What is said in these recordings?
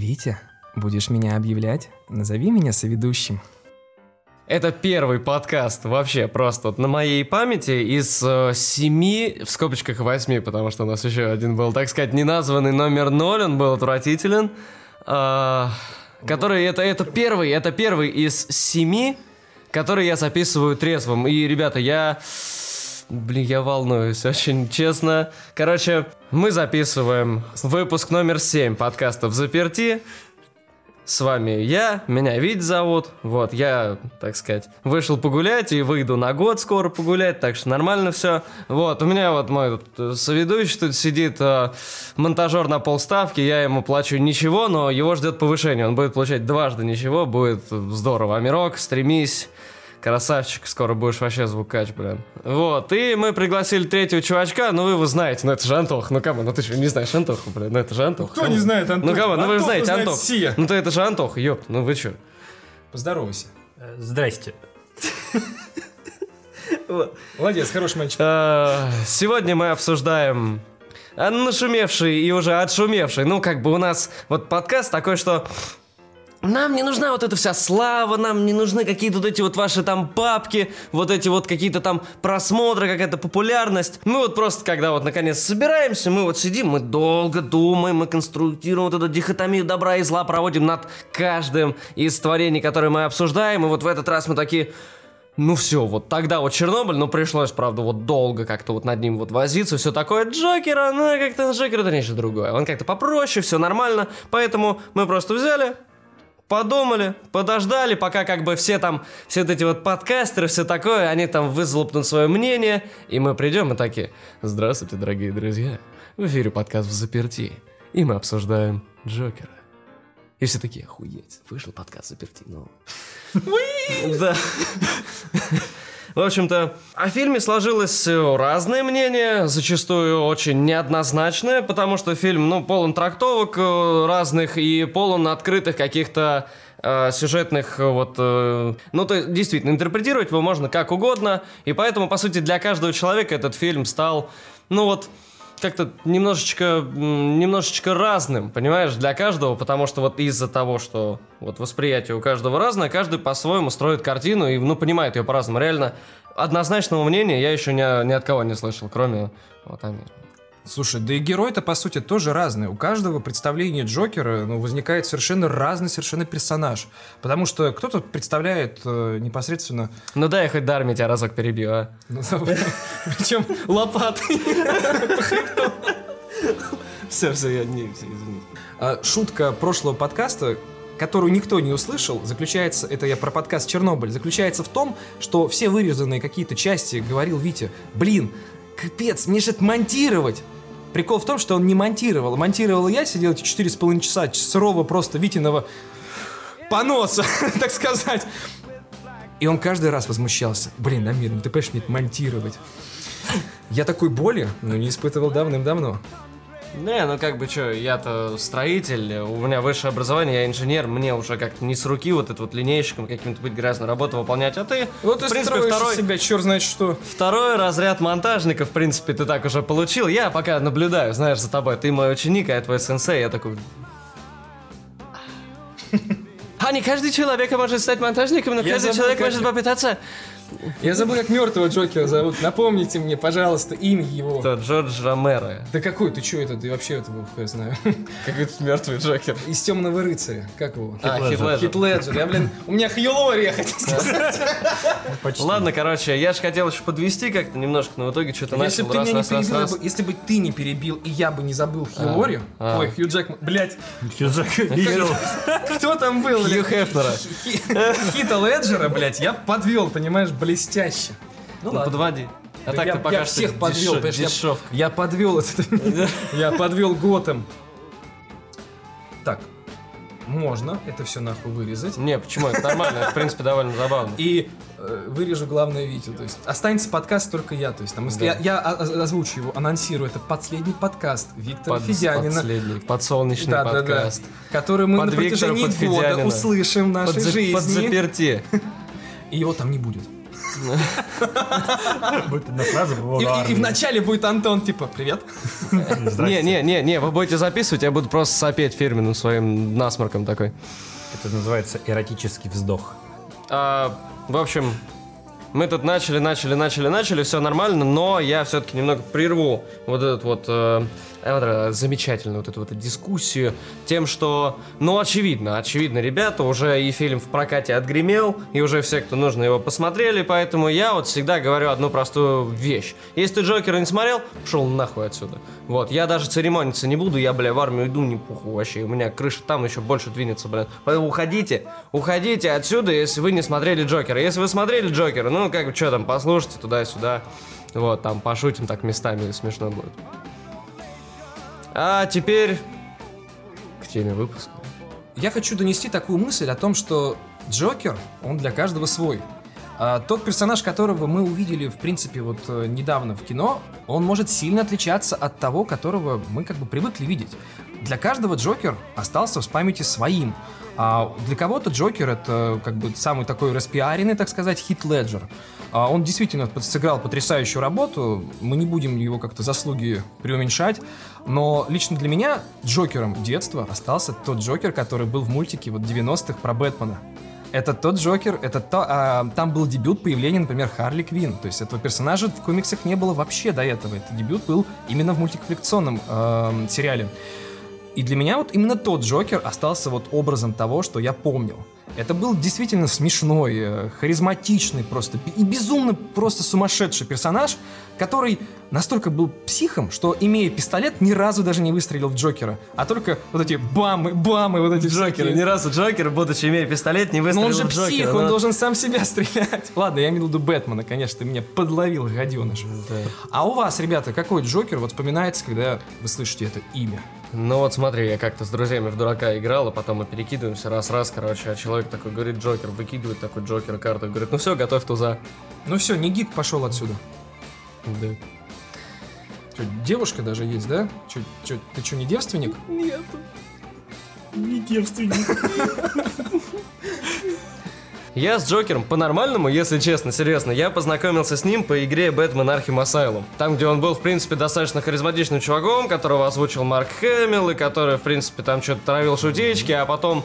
Витя, будешь меня объявлять? Назови меня соведущим. Это первый подкаст вообще просто вот на моей памяти из 7, в скобочках 8, потому что у нас еще один был, так сказать, неназванный номер 0, он был отвратителен. Который это первый из 7, который я записываю трезвым. И, ребята, я волнуюсь, очень честно. Короче, мы записываем выпуск номер 7 подкаста «Взаперти». С вами меня Вить зовут. Вот, я, так сказать, вышел погулять и выйду на год скоро погулять, так что нормально все. Вот, у меня вот мой соведущий тут сидит, монтажер на полставки, я ему плачу ничего, но его ждет повышение. Он будет получать дважды ничего, будет здорово. Амирок, стремись. Красавчик, скоро будешь вообще звукач, блин. Вот, и мы пригласили третьего чувачка, ну вы его знаете, ну это же Антох, ну кому, ну ты что, не знаешь Антоху, блин, ну это же Антох. Кто не знает Антоха? Ну кому, ну вы знаете Антох. Ну то это же Антох, ёпт, ну вы что? Поздоровайся. Здрасте. Молодец, хороший мальчик. Сегодня мы обсуждаем нашумевший и уже отшумевший, ну как бы у нас вот подкаст такой, что... Нам не нужна вот эта вся слава, нам не нужны какие-то вот эти вот ваши там бабки, вот эти вот какие-то там просмотры, какая-то популярность. Мы вот просто, когда вот наконец собираемся, мы вот сидим, мы долго думаем, мы конструируем вот эту дихотомию добра и зла, проводим над каждым из творений, которые мы обсуждаем, и вот в этот раз мы такие... Ну все, вот тогда вот Чернобыль, ну пришлось, правда, вот долго как-то вот над ним вот возиться, все такое. Джокера, ну как-то Джокер это нечто другое, он как-то попроще, все нормально, поэтому мы просто взяли... Подумали, подождали, пока как бы все вот эти вот подкастеры, все такое, они там вызлопнут свое мнение, и мы придем и такие: здравствуйте, дорогие друзья, в эфире подкаст «Взаперти», и мы обсуждаем Джокера. И все такие: охуеть, вышел подкаст «Взаперти», ну... Да. В общем-то, о фильме сложилось разное мнение, зачастую очень неоднозначное, потому что фильм, ну, полон трактовок разных и полон открытых каких-то сюжетных вот... ну, то есть, действительно, интерпретировать его можно как угодно, и поэтому, по сути, для каждого человека этот фильм стал, ну, вот... как-то немножечко разным, понимаешь, для каждого, потому что вот из-за того, что вот восприятие у каждого разное, каждый по-своему строит картину и, ну, понимает ее по-разному. Реально, однозначного мнения я еще ни от кого не слышал, кроме вот Амира. Слушай, да и герой-то, по сути, тоже разный. У каждого представления Джокера, ну, возникает совершенно разный совершенно персонаж. Потому что кто-то представляет непосредственно... Ну да, я хоть до армии тебя разок перебью, а? Причем лопатой. Все, я не... Извини. Шутка прошлого подкаста, которую никто не услышал, заключается, это я про подкаст «Чернобыль», заключается в том, что все вырезанные какие-то части говорил Витя: блин, капец, мне же это монтировать. Прикол в том, что он не монтировал. Монтировал я, сидел эти 4,5 часа сырого просто Витиного поноса, так сказать. И он каждый раз возмущался: блин, Амир, ну ты понимаешь, мне это монтировать. Я такой боли, не испытывал давным-давно. Не, ну как бы что, я-то строитель, у меня высшее образование, я инженер, мне уже как-то не с руки вот это вот линейщиком каким-то быть грязную работу выполнять, а ты, вот в принципе, второй... себя, черт знает что. Второй разряд монтажника, в принципе, ты так уже получил, я пока наблюдаю, знаешь, за тобой, ты мой ученик, а я твой сенсей, я такой... А не каждый человек может стать монтажником, но каждый человек может попытаться... Я забыл, как мертвого Джокера зовут. Напомните мне, пожалуйста, имя его. Это Джордж Ромеро. Да какой? Ты что это? Да вообще этого я знаю. Как это мертвый Джокер? Из «Темного рыцаря». Как его? Хит Леджер. Я, блин, у меня Хью Лори, я хотел сказать. Ладно, короче, я же хотел еще подвести как-то немножко, но в итоге что-то начал раз. Если бы ты не перебил, и я бы не забыл Хью Лори. Ой, Хью Джекман. Блять. Хью Джекман. Кто там был? Хью Хефнера. Хита Леджера, блять, я подвел, понимаешь, блестяще. Ну подводи. А так ты пока я всех подвел, я подвел этот. Я подвел Готэм. Так, можно это все нахуй вырезать. Не, почему? Это нормально, это в принципе довольно забавно. И вырежу главное видео, то есть останется подкаст только я, то есть там, если я озвучу его, анонсирую, это последний подкаст Виктора Федянина. Последний, подсолнечный подкаст. Который мы на протяжении года услышим в нашей жизни. Подзаперти. И его там не будет. Будет одна фраза, была И вначале будет Антон, типа, привет. Не, вы будете записывать, я буду просто сопеть фирменным своим насморком такой. Это называется эротический вздох. В общем, мы тут начали, все нормально, но я все-таки немного прерву вот этот вот замечательную вот эту вот дискуссию тем, что, очевидно, ребята, уже и фильм в прокате отгремел, и уже все, кто нужно, его посмотрели, поэтому я вот всегда говорю одну простую вещь. Если ты Джокера не смотрел, пошел нахуй отсюда. Вот, я даже церемониться не буду, я, в армию иду, не пуху вообще, у меня крыша там еще больше двинется, Поэтому уходите отсюда, если вы не смотрели Джокера. Если вы смотрели Джокера, что там, послушайте туда-сюда, вот, там, пошутим так местами, смешно будет. А теперь к теме выпуска. Я хочу донести такую мысль о том, что Джокер, он для каждого свой. Тот персонаж, которого мы увидели, в принципе, вот недавно в кино, он может сильно отличаться от того, которого мы привыкли видеть. Для каждого Джокер остался в памяти своим. А для кого-то Джокер — это самый такой распиаренный, так сказать, Хит Леджер. Он действительно сыграл потрясающую работу, мы не будем его как-то заслуги преуменьшать, но лично для меня Джокером детства остался тот Джокер, который был в мультике 90-х про Бэтмена. Это тот Джокер, там был дебют появления, например, Харли Квинн. То есть этого персонажа в комиксах не было вообще до этого. Этот дебют был именно в мультипликационном сериале. И для меня именно тот Джокер остался образом того, что я помнил. Это был действительно смешной, харизматичный просто и безумно просто сумасшедший персонаж, который настолько был психом, что, имея пистолет, ни разу даже не выстрелил в Джокера, а только вот эти бамы, вот эти Джокера. Ни разу Джокер, будучи имея пистолет, не выстрелил в Джокера. Но он же псих, он должен сам себя стрелять. Ладно, я имел в виду Бэтмена, конечно, ты меня подловил, гаденыш. Да. А у вас, ребята, какой Джокер вспоминается, когда вы слышите это имя? Смотри, я как-то с друзьями в дурака играл, а потом мы перекидываемся раз, а человек такой говорит Джокер, выкидывает такой Джокер карту и говорит, все, готовь туза. Все, не гик, пошел отсюда. Да. Что, девушка даже есть, да? Ты что, не девственник? Нет. Не девственник. Я с Джокером по-нормальному, если честно, серьезно, я познакомился с ним по игре Batman Arkham Asylum. Там, где он был, в принципе, достаточно харизматичным чуваком, которого озвучил Марк Хэмилл, и который, в принципе, там что-то травил шутечки, а потом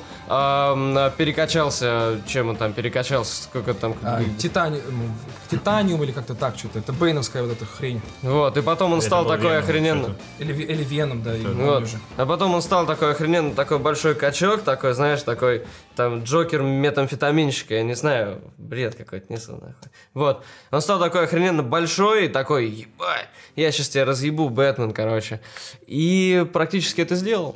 перекачался, чем он там перекачался, сколько там... Титаниум или как-то так что-то, это бейновская вот эта хрень. Вот, и потом он стал такой охрененно... Или Веном, да, вот. А потом он стал такой охрененно, такой большой качок, такой, знаешь, такой, там, Джокер метамфетаминщик, я не знаю, бред какой-то несу, нахуй. Вот, он стал такой охрененно большой, такой, ебать, я сейчас тебя разъебу, Бэтмен, короче. И практически это сделал,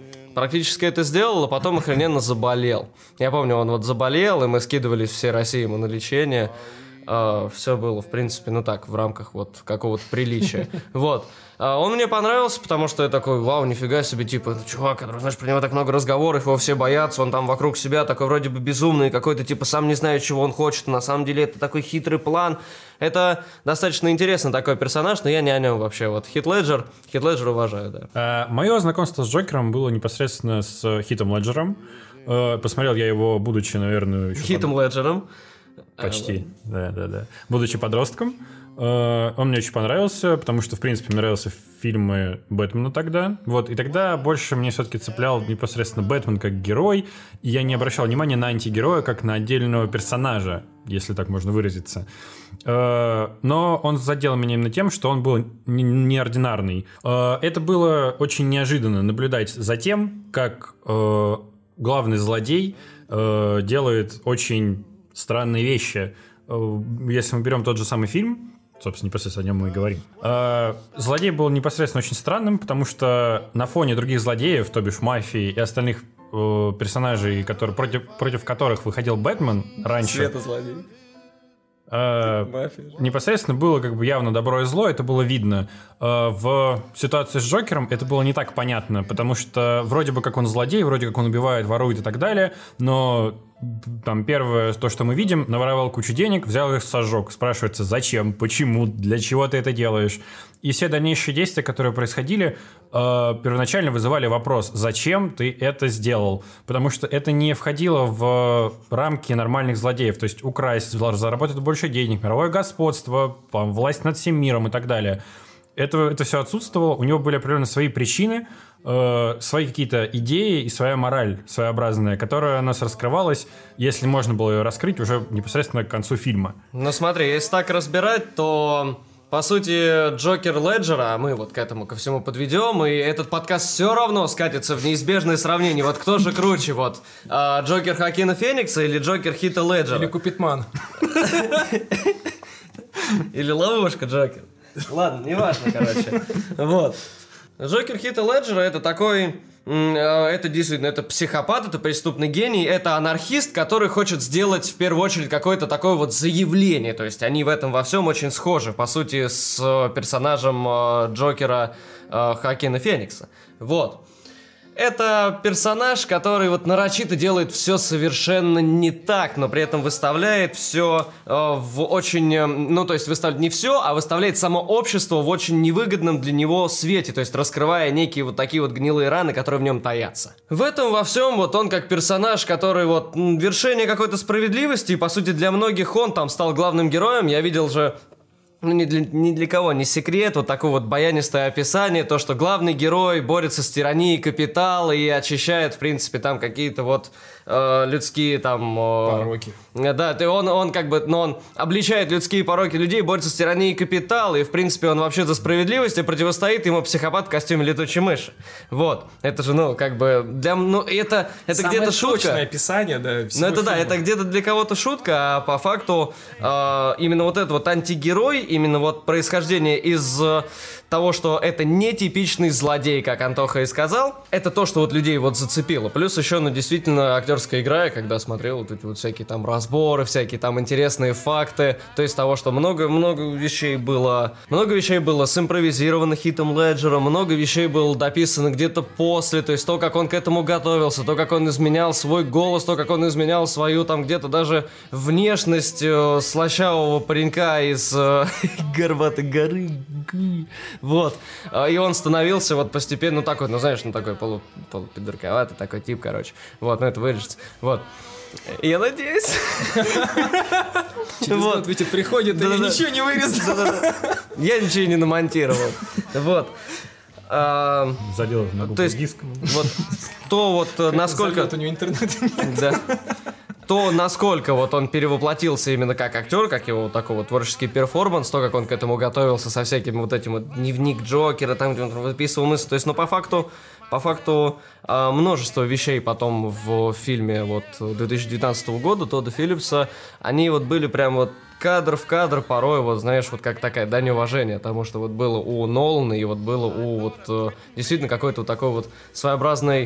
а потом охрененно заболел. Я помню, он заболел, и мы скидывались всей России ему на лечение. Все было, в принципе, в рамках какого-то приличия. Вот. Он мне понравился, потому что я такой, вау, нифига себе, типа, чувак, который, знаешь, про него так много разговоров, его все боятся, он там вокруг себя такой вроде бы безумный, какой-то, типа, сам не знает, чего он хочет, на самом деле это такой хитрый план. Это достаточно интересный такой персонаж, но я не о нем вообще. Хит Леджер уважаю, да. Мое знакомство с Джокером было непосредственно с Хитом Леджером. Посмотрел я его, будучи, наверное, еще... Хитом Леджером. Почти, да. Будучи подростком, он мне очень понравился, потому что, в принципе, мне нравился фильмы Бэтмена тогда. И тогда больше мне все-таки цеплял непосредственно Бэтмен как герой, и я не обращал внимания на антигероя как на отдельного персонажа, если так можно выразиться. Но он задел меня именно тем, что он был неординарный. Это было очень неожиданно наблюдать за тем, как главный злодей делает очень странные вещи. Если мы берем тот же самый фильм, собственно, непосредственно о нем мы и говорим. Злодей был непосредственно очень странным, потому что на фоне других злодеев, то бишь мафии и остальных персонажей, против которых выходил Бэтмен раньше... Светозлодей. Непосредственно было явно добро и зло, это было видно. В ситуации с Джокером это было не так понятно, потому что вроде бы как он злодей, вроде как он убивает, ворует и так далее, но там первое, то, что мы видим, наворовал кучу денег, взял их, сожег. Спрашивается, зачем, почему, для чего ты это делаешь? И все дальнейшие действия, которые происходили, первоначально вызывали вопрос, зачем ты это сделал? Потому что это не входило в рамки нормальных злодеев. То есть украсть, заработать больше денег, мировое господство, власть над всем миром и так далее. Это все отсутствовало. У него были определенно свои причины, свои какие-то идеи и своя мораль своеобразная, которая у нас раскрывалась, если можно было ее раскрыть, уже непосредственно к концу фильма. Ну смотри, если так разбирать, то по сути Джокер Леджера мы вот к этому ко всему подведем, и этот подкаст все равно скатится в неизбежное сравнение. Вот кто же круче, вот Джокер Хоакина Феникса или Джокер Хита Леджера? Или Купидман. Или ловушка Джокер. Ладно, неважно, короче. Вот. Джокер Хита Леджера это такой... Это действительно, это психопат, это преступный гений, это анархист, который хочет сделать в первую очередь какое-то такое вот заявление. То есть они в этом во всем очень схожи, по сути, с персонажем Джокера Хоакина Феникса. Вот. Это персонаж, который вот нарочито делает все совершенно не так, но при этом выставляет все в очень... Ну, то есть выставляет не все, а выставляет само общество в очень невыгодном для него свете, то есть раскрывая некие вот такие вот гнилые раны, которые в нем таятся. В этом во всем вот он как персонаж, который вот вершение какой-то справедливости, и по сути для многих он там стал главным героем. Я видел же... Ну, ни для кого не секрет, вот такое вот баянистое описание, то, что главный герой борется с тиранией капитала и очищает, в принципе, там какие-то вот людские там... Пороки. Да, он как бы, ну, он обличает людские пороки людей, борется с тиранией капитала, и, в принципе, он вообще за справедливость, и противостоит ему психопат в костюме летучей мыши. Вот. Это же, ну, как бы, для... Ну, это где-то шутка. Точное описание, да, Ну, это да, это где-то для кого-то шутка, а по факту именно вот этот вот антигерой, именно вот происхождение из того, что это нетипичный злодей, как Антоха и сказал, это то, что вот людей вот зацепило. Плюс еще, ну, действительно, актерская игра, я когда смотрел вот эти вот всякие там разборы, всякие там интересные факты, то есть того, что много вещей было симпровизировано Хитом Леджером, много вещей было дописано где-то после, то есть то, как он к этому готовился, то, как он изменял свой голос, то, как он изменял свою там где-то даже внешность слащавого паренька из Горбатой горы. Вот. И он становился вот постепенно, ну такой, ну знаешь, ну такой полупидорковатый такой тип, короче. Вот, ну это вырежется. Вот. И я надеюсь. Через год Витя приходит, и ничего не вырезал. Я ничего не намонтировал. Вот. Залил на Google диск. Вот то вот насколько... У него интернета нет. Да. То, насколько вот он перевоплотился именно как актер, как его вот такой вот творческий перформанс, то, как он к этому готовился со всяким вот этим вот дневник Джокера, там, где он выписывал мысли. То есть, ну, по факту множество вещей потом в фильме вот 2019 года Тодда Филлипса, они вот были прям вот кадр в кадр порой, вот знаешь, вот как такая дань уважения, потому что вот было у Нолана и вот было у вот действительно какой-то вот такой вот своеобразной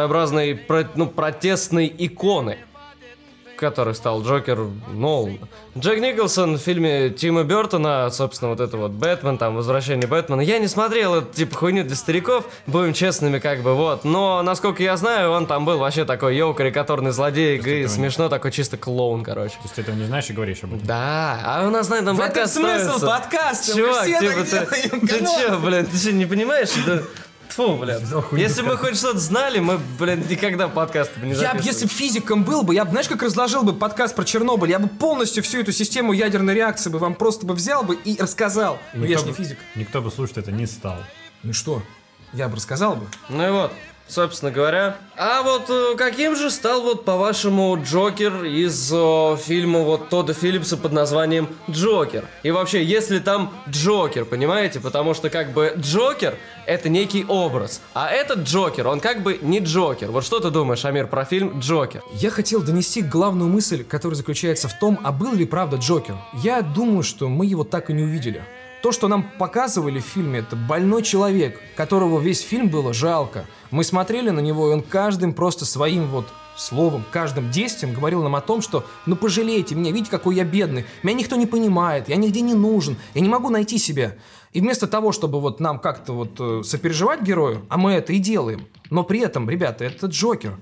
протестной иконы, который стал Джокер Нолана. Джек Николсон в фильме Тима Бёртона, собственно, вот это вот Бэтмен, там, Возвращение Бэтмена. Я не смотрел эту, типа, хуйню для стариков, будем честными, как бы, вот. Но, насколько я знаю, он там был вообще такой карикатурный злодей, и смешно, такой чисто клоун, короче. То есть ты этого не знаешь и говоришь об этом? Да, а у нас на этом подкаст смысл подкаста, чувак, типа, ты чё, блин, ты что, не понимаешь? Фу, блядь. Если бы хоть что-то знали, мы, блядь, никогда подкасты бы не записывали. Если бы физиком был бы, я бы, знаешь, как разложил бы подкаст про Чернобыль, я бы полностью всю эту систему ядерной реакции бы вам просто бы взял бы и рассказал. Ну, я же не физик. Никто бы слушать это не стал. Ну что, я бы рассказал бы. Ну и вот, собственно говоря. А вот каким же стал вот, по-вашему, Джокер из фильма вот Тодда Филлипса под названием «Джокер»? И вообще, если там Джокер, понимаете? Потому что как бы Джокер — это некий образ, а этот Джокер, он как бы не Джокер. Вот что ты думаешь, Амир, про фильм «Джокер»? Я хотел донести главную мысль, которая заключается в том, а был ли правда Джокер. Я думаю, что мы его так и не увидели. То, что нам показывали в фильме, это больной человек, которого весь фильм было жалко. Мы смотрели на него, и он каждым просто своим вот словом, каждым действием говорил нам о том, что ну пожалейте меня, видите, какой я бедный, меня никто не понимает, я нигде не нужен, я не могу найти себя. И вместо того, чтобы вот нам как-то вот сопереживать герою, а мы это и делаем, но при этом, ребята, это Джокер.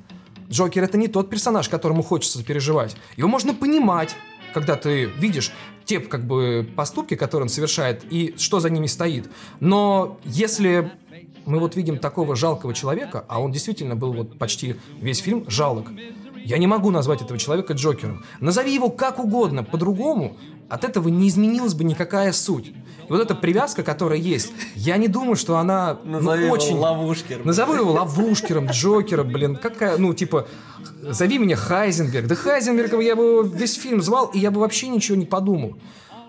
Джокер — это не тот персонаж, которому хочется переживать. Его можно понимать, когда ты видишь те как бы поступки, которые он совершает, и что за ними стоит. Но если мы вот видим такого жалкого человека, а он действительно был вот почти весь фильм жалок, я не могу назвать этого человека Джокером. Назови его как угодно, по-другому, от этого не изменилась бы никакая суть. И вот эта привязка, которая есть, я не думаю, что она очень... его ловушкером. Назову его ловушкером, Джокером, какая, зови меня Хайзенберг. Да Хайзенбергом я бы его весь фильм звал, и я бы вообще ничего не подумал.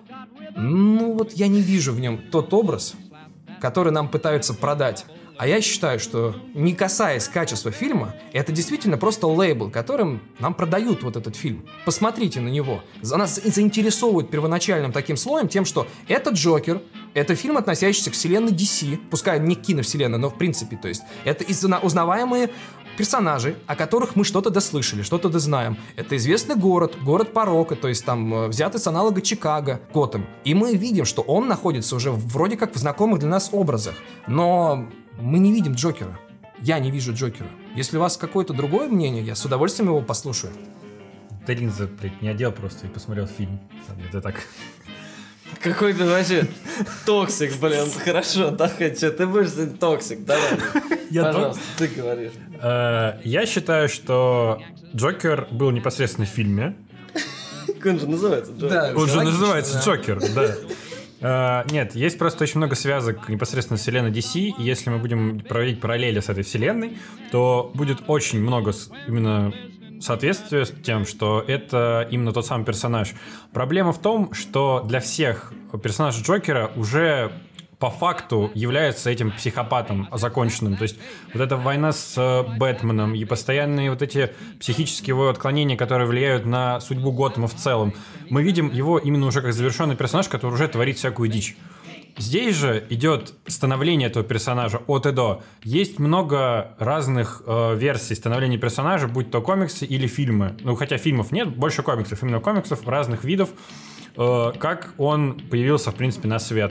Я не вижу в нем тот образ, который нам пытаются продать. А я считаю, что, не касаясь качества фильма, это действительно просто лейбл, которым нам продают вот этот фильм. Посмотрите на него. Нас заинтересовывает первоначальным таким слоем тем, что это Джокер, это фильм, относящийся к вселенной DC, пускай не киновселенной, но в принципе, то есть это узнаваемые персонажи, о которых мы что-то дослышали, что-то дознаем. Это известный город порока, то есть там взятый с аналога Чикаго, Готэм. И мы видим, что он находится уже вроде как в знакомых для нас образах. Но мы не видим Джокера. Я не вижу Джокера. Если у вас какое-то другое мнение, я с удовольствием его послушаю. Ты линзы, не одел просто и посмотрел фильм. Это так... Какой ты вообще токсик, хорошо, да, что ты будешь токсик, давай. Пожалуйста, ты говоришь. Я считаю, что Джокер был непосредственно в фильме. Он же называется Джокер. Да, он же называется Джокер, да. Нет, есть просто очень много связок непосредственно с вселенной DC, и если мы будем проводить параллели с этой вселенной, то будет очень много именно соответствия с тем, что это именно тот самый персонаж. Проблема в том, что для всех персонаж Джокера уже по факту является этим психопатом законченным. То есть вот эта война с Бэтменом и постоянные вот эти психические его отклонения, которые влияют на судьбу Готэма в целом, мы видим его именно уже как завершенный персонаж, который уже творит всякую дичь. Здесь же идет становление этого персонажа от и до. Есть много разных версий становления персонажа, будь то комиксы или фильмы. Хотя фильмов нет, больше комиксов. Именно комиксов разных видов, как он появился, в принципе, на свет.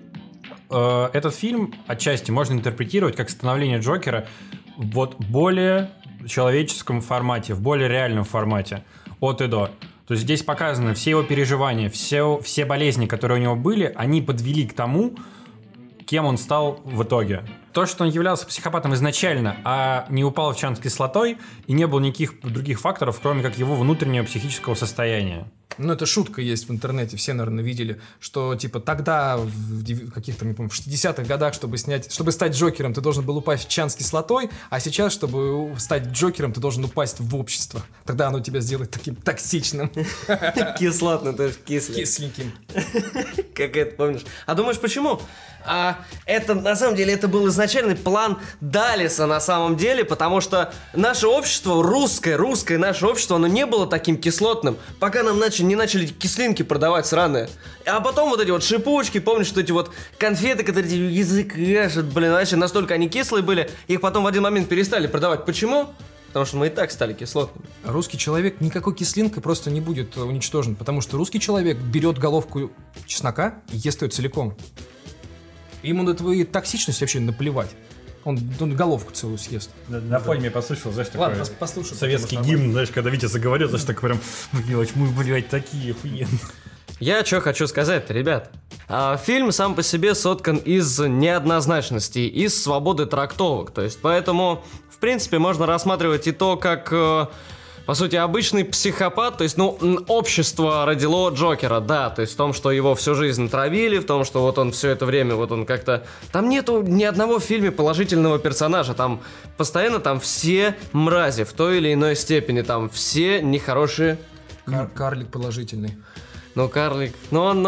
Этот фильм отчасти можно интерпретировать как становление Джокера в более человеческом формате, в более реальном формате, от и до. То есть здесь показаны все его переживания, все болезни, которые у него были, они подвели к тому, кем он стал в итоге. То, что он являлся психопатом изначально, а не упал в чан с кислотой, и не было никаких других факторов, кроме как его внутреннего психического состояния. Это шутка есть в интернете, все, наверное, видели, что, тогда, в каких-то, не помню, в 60-х годах, чтобы стать Джокером, ты должен был упасть в чан с кислотой, а сейчас, чтобы стать Джокером, ты должен упасть в общество. Тогда оно тебя сделает таким токсичным. Кислотным, то есть кисленьким. Как это, помнишь? А думаешь, почему? Это, на самом деле, это был изначальный план Даллеса, на самом деле, потому что наше общество, русское наше общество, оно не было таким кислотным, пока нам не начали кислинки продавать сраные. А потом вот эти вот шипучки, помнишь, что эти вот конфеты, которые тебе язык режет, вообще настолько они кислые были, их потом в один момент перестали продавать. Почему? Потому что мы и так стали кислотными. Русский человек никакой кислинкой просто не будет уничтожен, потому что русский человек берет головку чеснока и ест ее целиком. Ему на твою токсичность вообще наплевать. Он головку целую съест. На фоне я послушал, знаешь, такой послушай, советский гимн, знаешь, когда Витя заговорил, знаешь, так прям, мы, такие охуенные. Я что хочу сказать-то, ребят. Фильм сам по себе соткан из неоднозначности, из свободы трактовок. То есть, поэтому, в принципе, можно рассматривать и то, как... по сути, обычный психопат, то есть, общество родило Джокера, да, то есть в том, что его всю жизнь травили, в том, что вот он все это время, вот он как-то... Там нету ни одного в фильме положительного персонажа, там постоянно там все мрази в той или иной степени, там все нехорошие... Карлик положительный. Карлик, он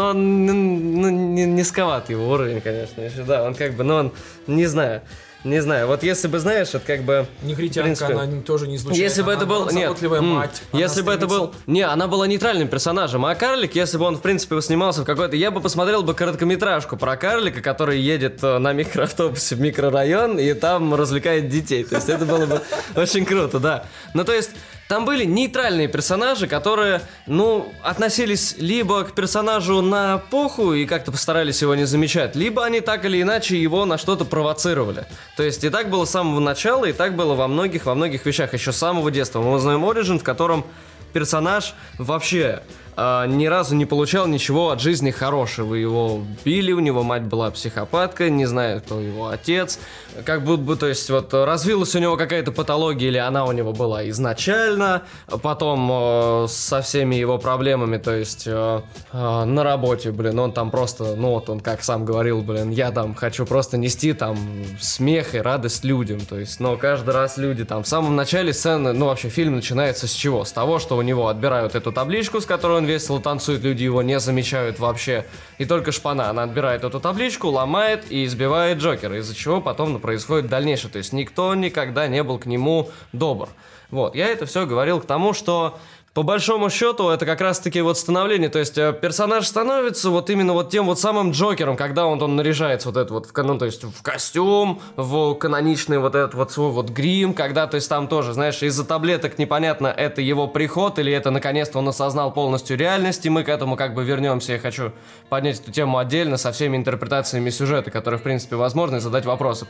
низковат его уровень, конечно, еще, да, он как бы, он, не знаю, вот если бы, знаешь, это как бы... Негритянка, она тоже не излучает. Если бы это был... Заботливая мать. Если бы это был... она была нейтральным персонажем. А карлик, если бы он, в принципе, снимался в какой-то... Я бы посмотрел бы короткометражку про карлика, который едет на микроавтобусе в микрорайон и там развлекает детей. То есть это было бы очень круто, да. То есть... Там были нейтральные персонажи, которые, относились либо к персонажу на похуй и как-то постарались его не замечать, либо они так или иначе его на что-то провоцировали. То есть и так было с самого начала, и так было во многих вещах, еще с самого детства. Мы узнаем Origin, в котором персонаж вообще ни разу не получал ничего от жизни хорошего. Его били, у него мать была психопатка, не знаю, кто его отец. Как будто бы, то есть, вот развилась у него какая-то патология, или она у него была изначально. Потом со всеми его проблемами, то есть, на работе, он там просто, он как сам говорил, я там хочу просто нести там смех и радость людям. То есть, но каждый раз люди там в самом начале сцены, вообще фильм начинается с чего? С того, что у него отбирают эту табличку, с которой он весело танцует, люди его не замечают вообще. И только шпана, она отбирает эту табличку, ломает и избивает Джокера, из-за чего потом происходит дальнейшее. То есть никто никогда не был к нему добр. Вот, я это все говорил к тому, что по большому счету это как раз-таки вот становление, то есть персонаж становится вот именно вот тем вот самым Джокером, когда он наряжается вот это вот, то есть в костюм, в каноничный вот этот вот свой вот грим, когда, то есть там тоже, знаешь, из-за таблеток непонятно, это его приход или это наконец-то он осознал полностью реальность, и мы к этому как бы вернемся. Я хочу поднять эту тему отдельно со всеми интерпретациями сюжета, которые в принципе возможны, и задать вопросы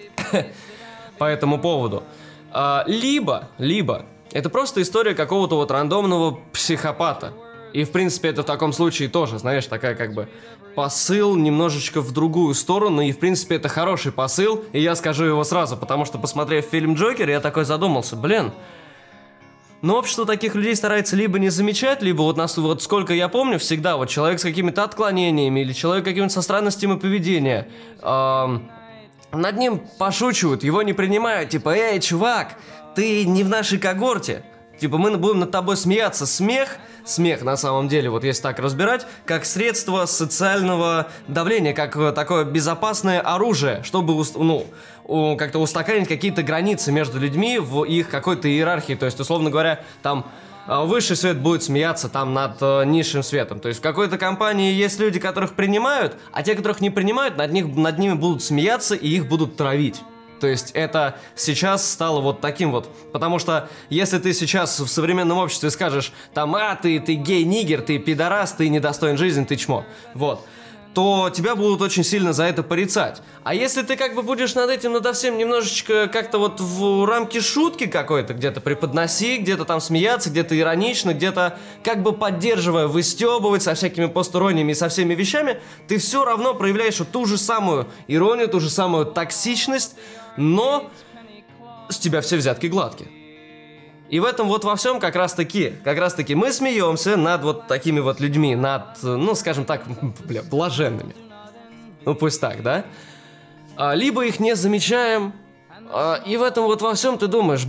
по этому поводу. Либо это просто история какого-то вот рандомного психопата. И, в принципе, это в таком случае тоже, знаешь, такая как бы посыл немножечко в другую сторону. И, в принципе, это хороший посыл. И я скажу его сразу, потому что, посмотрев фильм «Джокер», я такой задумался, общество таких людей старается либо не замечать, либо вот сколько я помню, всегда вот человек с какими-то отклонениями или человек с какими-то со странностями поведения, над ним пошучивают, его не принимают, типа, эй, чувак, ты не в нашей когорте. Типа, мы будем над тобой смеяться. Смех, на самом деле, вот если так разбирать, как средство социального давления, как такое безопасное оружие, чтобы, как-то устаканить какие-то границы между людьми в их какой-то иерархии. То есть, условно говоря, там высший свет будет смеяться там над низшим светом. То есть в какой-то компании есть люди, которых принимают, а те, которых не принимают, над ними будут смеяться и их будут травить. То есть это сейчас стало вот таким вот. Потому что если ты сейчас в современном обществе скажешь там, ты гей-нигер, ты пидорас, ты недостоин жизни, ты чмо. Вот. То тебя будут очень сильно за это порицать. А если ты как бы будешь надо всем немножечко как-то вот в рамки шутки какой-то где-то преподноси, где-то там смеяться, где-то иронично, где-то как бы поддерживая, выстебывать со всякими посторонними и со всеми вещами, ты все равно проявляешь вот ту же самую иронию, ту же самую токсичность, но с тебя все взятки гладкие. И в этом вот во всем как раз таки мы смеемся над вот такими вот людьми, над, скажем так, блаженными. Пусть так, да? Либо их не замечаем, и в этом вот во всем ты думаешь,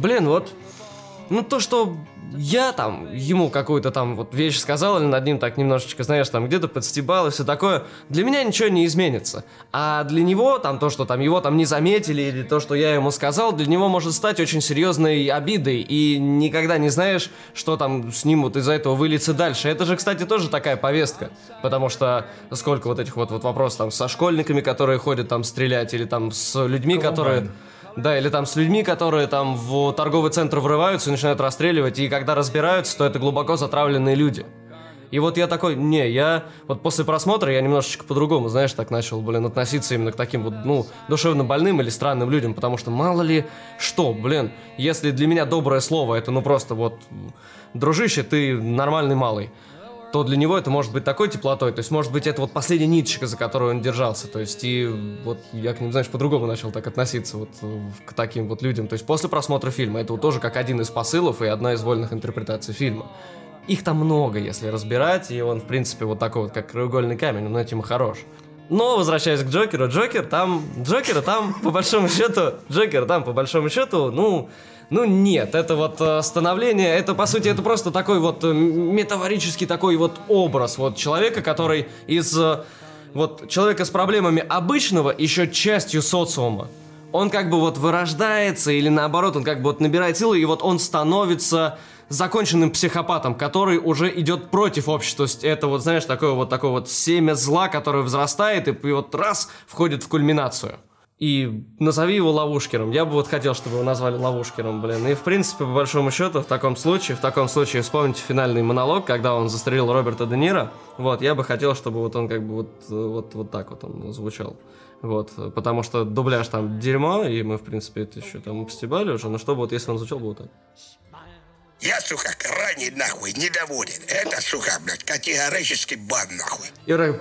то, что я там ему какую-то там вот вещь сказал или над ним так немножечко, знаешь, там где-то подстебал и все такое, для меня ничего не изменится. А для него там то, что там его там не заметили или то, что я ему сказал, для него может стать очень серьезной обидой, и никогда не знаешь, что там с ним вот из-за этого выльется дальше. Это же, кстати, тоже такая повестка, потому что сколько вот этих вот вопросов там со школьниками, которые ходят там стрелять, или там с людьми, которые... Да, или там с людьми, которые там в торговый центр врываются и начинают расстреливать, и когда разбираются, то это глубоко затравленные люди. И вот я такой, я вот после просмотра я немножечко по-другому, знаешь, так начал, относиться именно к таким вот, душевно больным или странным людям, потому что мало ли что, если для меня доброе слово, это просто вот, дружище, ты нормальный малый, то для него это может быть такой теплотой, то есть, может быть, это вот последняя ниточка, за которую он держался, то есть, и вот я к ним, знаешь, по-другому начал так относиться вот к таким вот людям, то есть, после просмотра фильма, это вот тоже как один из посылов и одна из вольных интерпретаций фильма. Их там много, если разбирать, и он, в принципе, вот такой вот, как краеугольный камень, он этим и хорош. Но, возвращаясь к Джокеру, Джокера там, по большому счету, нет, это вот становление, это, по сути, это просто такой вот метафорический такой вот образ вот человека, который из вот человека с проблемами обычного еще частью социума. Он как бы вот вырождается или наоборот, он как бы вот набирает силы, и вот он становится законченным психопатом, который уже идет против общества. Это вот, знаешь, такое вот семя зла, которое взрастает и вот раз входит в кульминацию. И назови его Ловушкером. Я бы вот хотел, чтобы его назвали Ловушкером, И в принципе, по большому счету, в таком случае вспомните финальный монолог, когда он застрелил Роберта Де Ниро. Вот, я бы хотел, чтобы вот он как бы вот так вот он звучал. Вот, потому что дубляж там дерьмо, и мы, в принципе, это еще там постебали уже, но чтобы вот если он звучал бы вот так. Я, сука, крайне нахуй недоволен. Это, сука, блядь, категорический бан нахуй. И Рэй...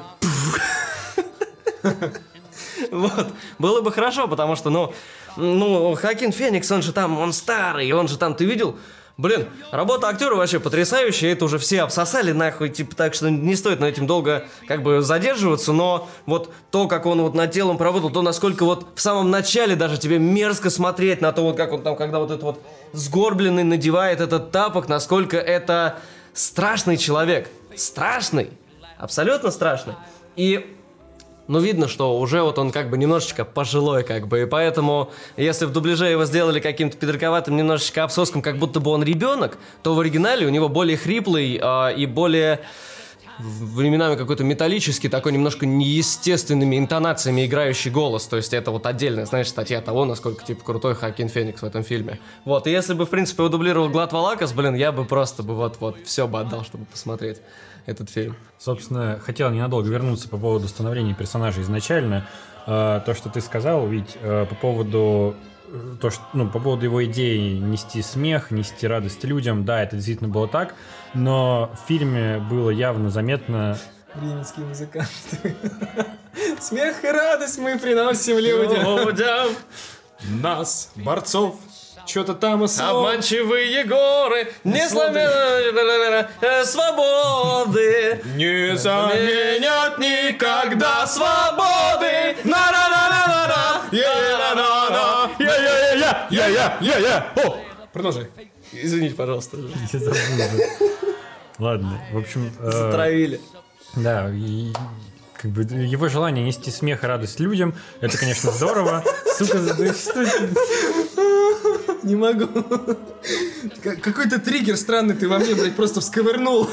Вот, было бы хорошо, потому что, ну, Хоакин Феникс, он же там, он старый, он же там, ты видел? Блин, работа актера вообще потрясающая, это уже все обсосали нахуй, типа, так что не стоит на этим долго, как бы, задерживаться, но вот то, как он вот над телом поработал, то, насколько вот в самом начале даже тебе мерзко смотреть на то, вот как он там, когда вот этот вот сгорбленный надевает этот тапок, насколько это страшный человек, страшный, абсолютно страшный, и... Ну, видно, что уже вот он как бы немножечко пожилой, как бы, и поэтому, если в дубляже его сделали каким-то пидорковатым, немножечко обсоском, как будто бы он ребенок, то в оригинале у него более хриплый и более временами какой-то металлический, такой немножко неестественными интонациями играющий голос, то есть это вот отдельная, знаешь, статья того, насколько, типа, крутой Хоакин Феникс в этом фильме. Вот, и если бы, в принципе, его дублировал Глад Валакас, блин, я бы просто бы вот все бы отдал, чтобы посмотреть этот фильм. Собственно, хотел ненадолго вернуться по поводу становления персонажа изначально. То, что ты сказал, ведь по поводу по поводу его идеи нести смех, нести радость людям, да, это действительно было так, но в фильме было явно заметно... Бременские музыканты. Смех и радость мы приносим людям. Нас, борцов, что-то там и Обманчивые горы, не сломят свободы, не заменят никогда свободы. На-на-на-на-на-на, я-на-на-на, я-я-я-я-я-я-я. О, продолжай. Извините, пожалуйста. Я забыл уже. Ладно, в общем... Затравили. Да, и как бы его желание нести смех и радость людям, это, конечно, здорово. Сука, что Не могу. Какой-то триггер странный ты во мне, блядь, просто всковырнул.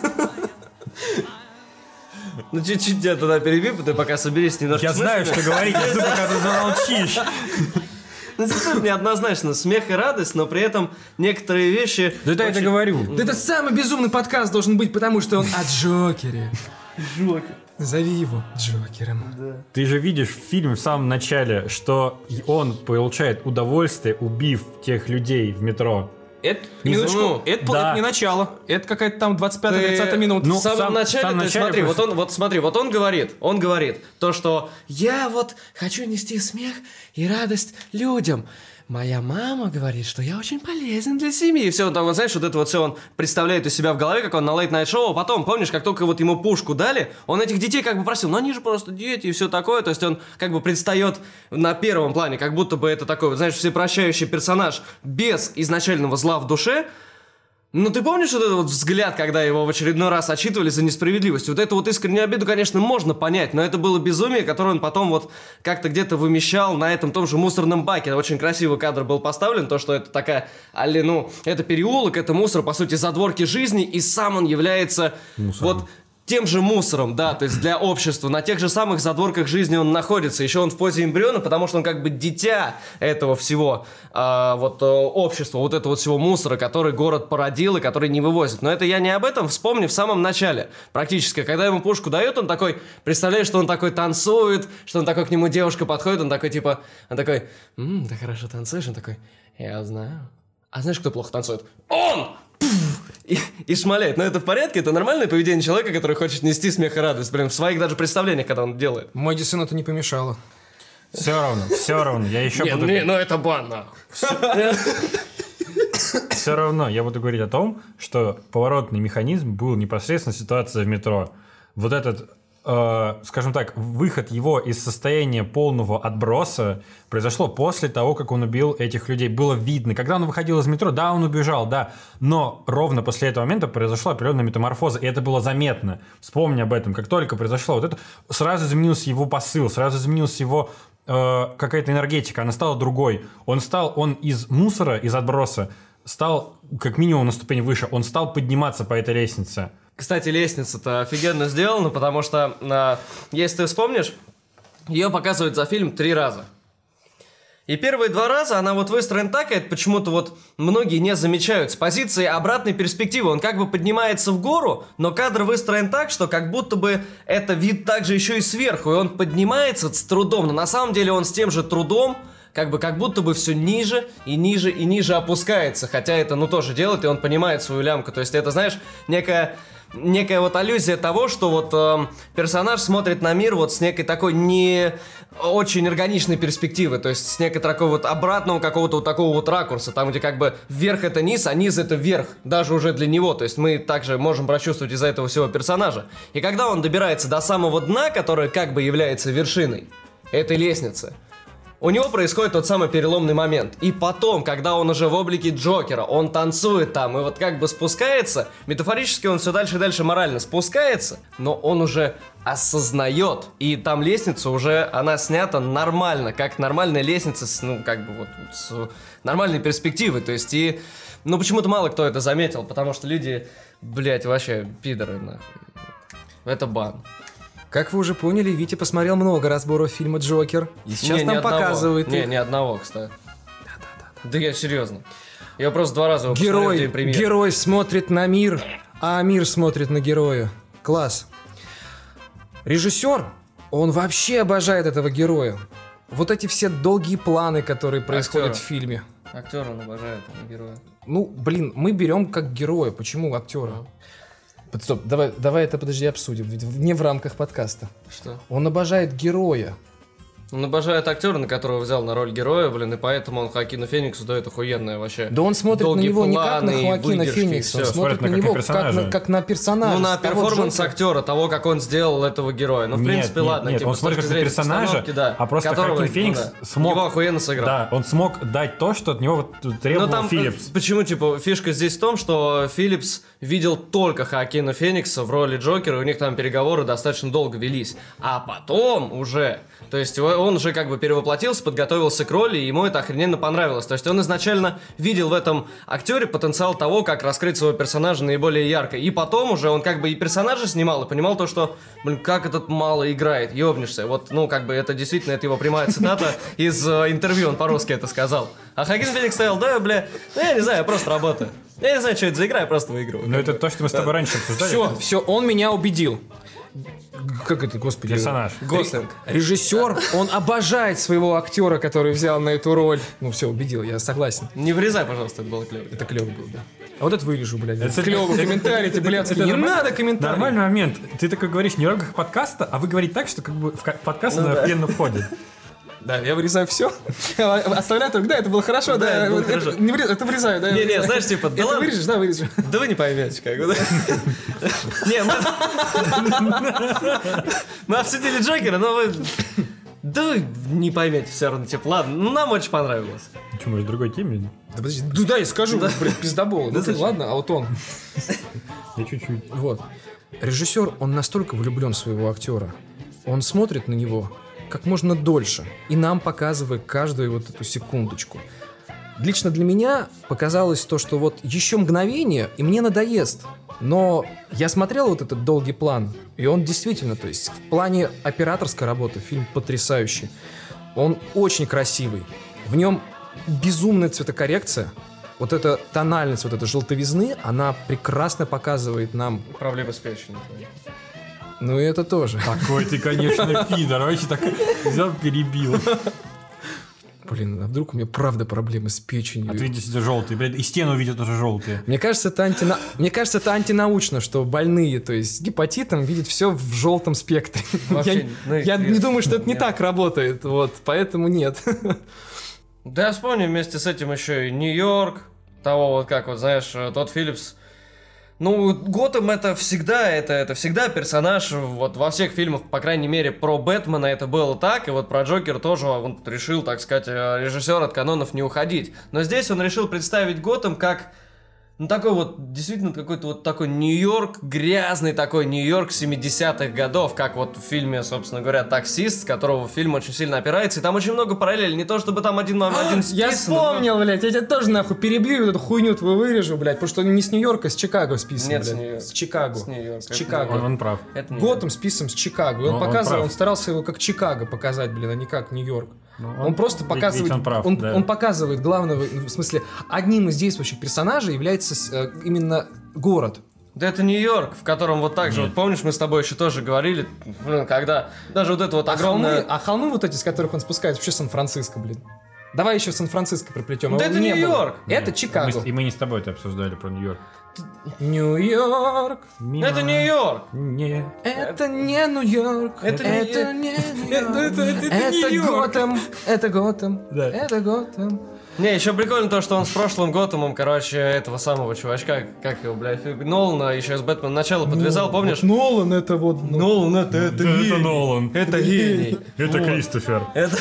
Ну, чуть-чуть тебя туда перебью, ты пока соберись немножко. Я знаю, что говорить, я жду, пока ты замолчишь. Ну, это неоднозначно смех и радость, но при этом некоторые вещи... Да я это говорю. Да это самый безумный подкаст должен быть, потому что он о Джокере. Джокер. Назови его Джокером. Ты же видишь в фильме в самом начале, что он получает удовольствие, убив тех людей в метро. Это, минуточку, это не начало. Это какая-то там 25-30 минут. Ну, в самом начале, начале смотри, просто... вот он говорит то, что я вот хочу нести смех и радость людям. Моя мама говорит, что я очень полезен для семьи. И все, он там, вот, знаешь, вот это вот все он представляет у себя в голове, как он на лейт-найт-шоу. А потом, помнишь, как только вот ему пушку дали, он этих детей как бы просил, ну они же просто дети и все такое. То есть он как бы предстает на первом плане, как будто бы это такой, вот, знаешь, всепрощающий персонаж без изначального зла в душе. Ну, ты помнишь вот этот вот взгляд, когда его в очередной раз отчитывали за несправедливость? Вот эту вот искреннюю обиду, конечно, можно понять, но это было безумие, которое он потом вот как-то где-то вымещал на этом том же мусорном баке. Очень красивый кадр был поставлен, то, что это такая, это переулок, это мусор, по сути, задворки жизни, и сам он является вот тем же мусором, да, то есть для общества. На тех же самых задворках жизни он находится. Еще он в позе эмбриона, потому что он как бы дитя этого всего общества, вот этого всего мусора, который город породил и который не вывозит. Но это я не об этом, вспомни в самом начале. Практически, когда ему пушку дают, он такой, представляешь, что он такой танцует, что он такой, к нему девушка подходит, он такой, ты хорошо танцуешь, он такой, я знаю. А знаешь, кто плохо танцует? Он! И шмаляет. Но это в порядке? Это нормальное поведение человека, который хочет нести смех и радость, блин, в своих даже представлениях, когда он делает. Мой Эдисон это не помешало. Все равно. Я еще буду... Ну это бан, нахуй. Все равно я буду говорить о том, что поворотный механизм был непосредственно ситуация в метро. Вот этот, скажем так, выход его из состояния полного отброса произошло после того, как он убил этих людей. Было видно. Когда он выходил из метро, да, он убежал, да, но ровно после этого момента произошла определенная метаморфоза, и это было заметно. Вспомни об этом. Как только произошло вот это, сразу изменился его посыл, сразу изменился его какая-то энергетика, она стала другой. Он из мусора, из отброса, стал как минимум на ступень выше. Он стал подниматься по этой лестнице. Кстати, лестница-то офигенно сделана, потому что, если ты вспомнишь, ее показывают за фильм 3 раза. И первые 2 раза она вот выстроена так, и это почему-то вот многие не замечают. С позиции обратной перспективы он как бы поднимается в гору, но кадр выстроен так, что как будто бы это вид также еще и сверху, и он поднимается с трудом, но на самом деле он с тем же трудом как будто бы все ниже и ниже и ниже опускается, хотя это, тоже делает, и он понимает свою лямку. То есть это, знаешь, некая вот аллюзия того, что вот персонаж смотрит на мир вот с некой такой не очень органичной перспективы, то есть с некой такой вот обратного какого-то вот такого вот ракурса, там где как бы вверх это низ, а низ это вверх, даже уже для него, то есть мы также можем прочувствовать из-за этого всего персонажа. И когда он добирается до самого дна, которое как бы является вершиной этой лестницы, у него происходит тот самый переломный момент. И потом, когда он уже в облике Джокера, он танцует там и вот как бы спускается, метафорически он все дальше и дальше морально спускается, но он уже осознает. И там лестница уже, она снята нормально, как нормальная лестница с, с нормальной перспективой. То есть и, почему-то мало кто это заметил, потому что люди, вообще пидоры, нахуй. Это бан. Как вы уже поняли, Витя посмотрел много разборов фильма «Джокер». И сейчас нам показывают их. Ни одного, кстати. Да я серьезно. Я просто 2 раза его посмотрел в день премьеры. Герой смотрит на мир, а мир смотрит на героя. Класс. Режиссер, он вообще обожает этого героя. Вот эти все долгие планы, которые происходят в фильме. Актера он обожает, а не героя. Мы берем как героя. Почему актера? Стоп, давай это, подожди, обсудим. Не в рамках подкаста. Что? Он обожает героя. Он обожает актера, на которого взял на роль героя, и поэтому он Хоакину Фениксу дает охуенное вообще. Да он смотрит на него не как на Хоакина Феникса, он смотрит на него как на персонажа. На перформанс актера, того, как он сделал этого героя. В принципе, ладно. Нет, он смотрит как на персонажа, а просто Хоакин Феникс смог... Его охуенно сыграл. Да, он смог дать то, что от него требовал Филлипс. Почему, фишка здесь в том, что Филлипс видел только Хоакина Феникса в роли Джокера, и у них там переговоры достаточно долго велись. А потом уже... То есть он уже как бы перевоплотился, подготовился к роли, и ему это охрененно понравилось. То есть он изначально видел в этом актере потенциал того, как раскрыть своего персонажа наиболее ярко. И потом уже он как бы и персонажа снимал, и понимал то, что, как этот мало играет, ёбнешься. Вот, это действительно, это его прямая цитата из интервью, он по-русски это сказал. А Хоакин Феникс стоял, я не знаю, я просто работаю. Я не знаю, что это за игра, я просто выигрываю. Но это то, что мы с тобой раньше обсуждали. Все, он меня убедил. Как это, господи? Персонаж. Гослинг. Режиссер, он обожает своего актера, который взял на эту роль. Все, убедил, я согласен. Не вырезай, пожалуйста, это было клево. Это клево было, да. А вот это вырежу, блядь. Это клевый комментарий, ты, блядь, не надо комментарий. Нормальный момент. Ты такой говоришь не в рамках подкаста, а вы говорите так, что как бы в подкаст он охуенно входит. Да, я вырезаю все. Оставляю только, да, это было хорошо, да. Это вырезаю, да. Не, знаешь, да ладно. Это вырежешь, да, вырежу. Да вы не поймете, как бы, да. Не, мы обсудили Джокера, но вы... Да вы не поймете все равно, ладно, нам очень понравилось. Что, может, в другой теме? Да подожди, да, я скажу, блядь, пиздобол. Ладно, а вот он. Я чуть-чуть. Вот. Режиссер, он настолько влюблен в своего актера. Он смотрит на него как можно дольше. И нам показывает каждую вот эту секундочку. Лично для меня показалось то, что вот еще мгновение, и мне надоест. Но я смотрел вот этот долгий план, и он действительно, то есть в плане операторской работы фильм потрясающий. Он очень красивый. В нем безумная цветокоррекция. Вот эта тональность, вот эта желтовизны, она прекрасно показывает нам... Проблемы с печенью. Ну и это тоже. Такой ты, конечно, пидор. Вообще так взял, перебил. Блин, а вдруг у меня правда проблемы с печенью? А ты действительно желтый, блядь, и стену увидят тоже желтые. Мне кажется, это антинаучно, что больные, то есть с гепатитом, видят все в желтом спектре. Я не думаю, что это не так работает, вот, поэтому нет. Да я вспомню вместе с этим еще и Нью-Йорк, того вот как вот, знаешь, Тодд Филлипс. Готэм это всегда персонаж, вот во всех фильмах, по крайней мере, про Бэтмена это было так, и вот про Джокера тоже он решил, так сказать, режиссер от канонов не уходить. Но здесь он решил представить Готэм как, такой вот, действительно, какой-то вот такой Нью-Йорк, грязный такой Нью-Йорк 70-х годов, как вот в фильме, собственно говоря, «Таксист», с которого фильм очень сильно опирается, и там очень много параллелей, не то чтобы там один списан. Я вспомнил, блядь, я тебя тоже нахуй перебью, эту хуйню твою вырежу, блядь, потому что он не с Нью-Йорка, с Чикаго списан, Нет, блядь. С Чикаго. С Чикаго. Он прав. Готэм списан с Чикаго, и он показывал, он старался его как Чикаго показать, блин, а не как Нью-Йорк. Он просто показывает... он прав, он, да. он показывает главного... В смысле, одним из действующих персонажей является именно город. Да это Нью-Йорк, в котором вот так же, вот помнишь, мы с тобой еще тоже говорили, когда даже вот это вот огромное... Холмы вот эти, с которых он спускается, вообще Сан-Франциско, блин. Давай еще Сан-Франциско приплетем. Да это Нью-Йорк. Это Чикаго. И мы не с тобой это обсуждали про Нью-Йорк. Нью-Йорк. Это Нью-Йорк. Нет. Это не Нью-Йорк. Это не Нью-Йорк. Это Готэм. Это Готэм. Да. Это Готэм. Не, еще прикольно то, что он с прошлым Готэмом, короче, этого самого чувачка, как его, блядь, Нолана еще из Бэтмена начало подвязал, помнишь? Нолан это вот... Нолан это гений. Это Нолан. Это гений. Это Кристофер. Это...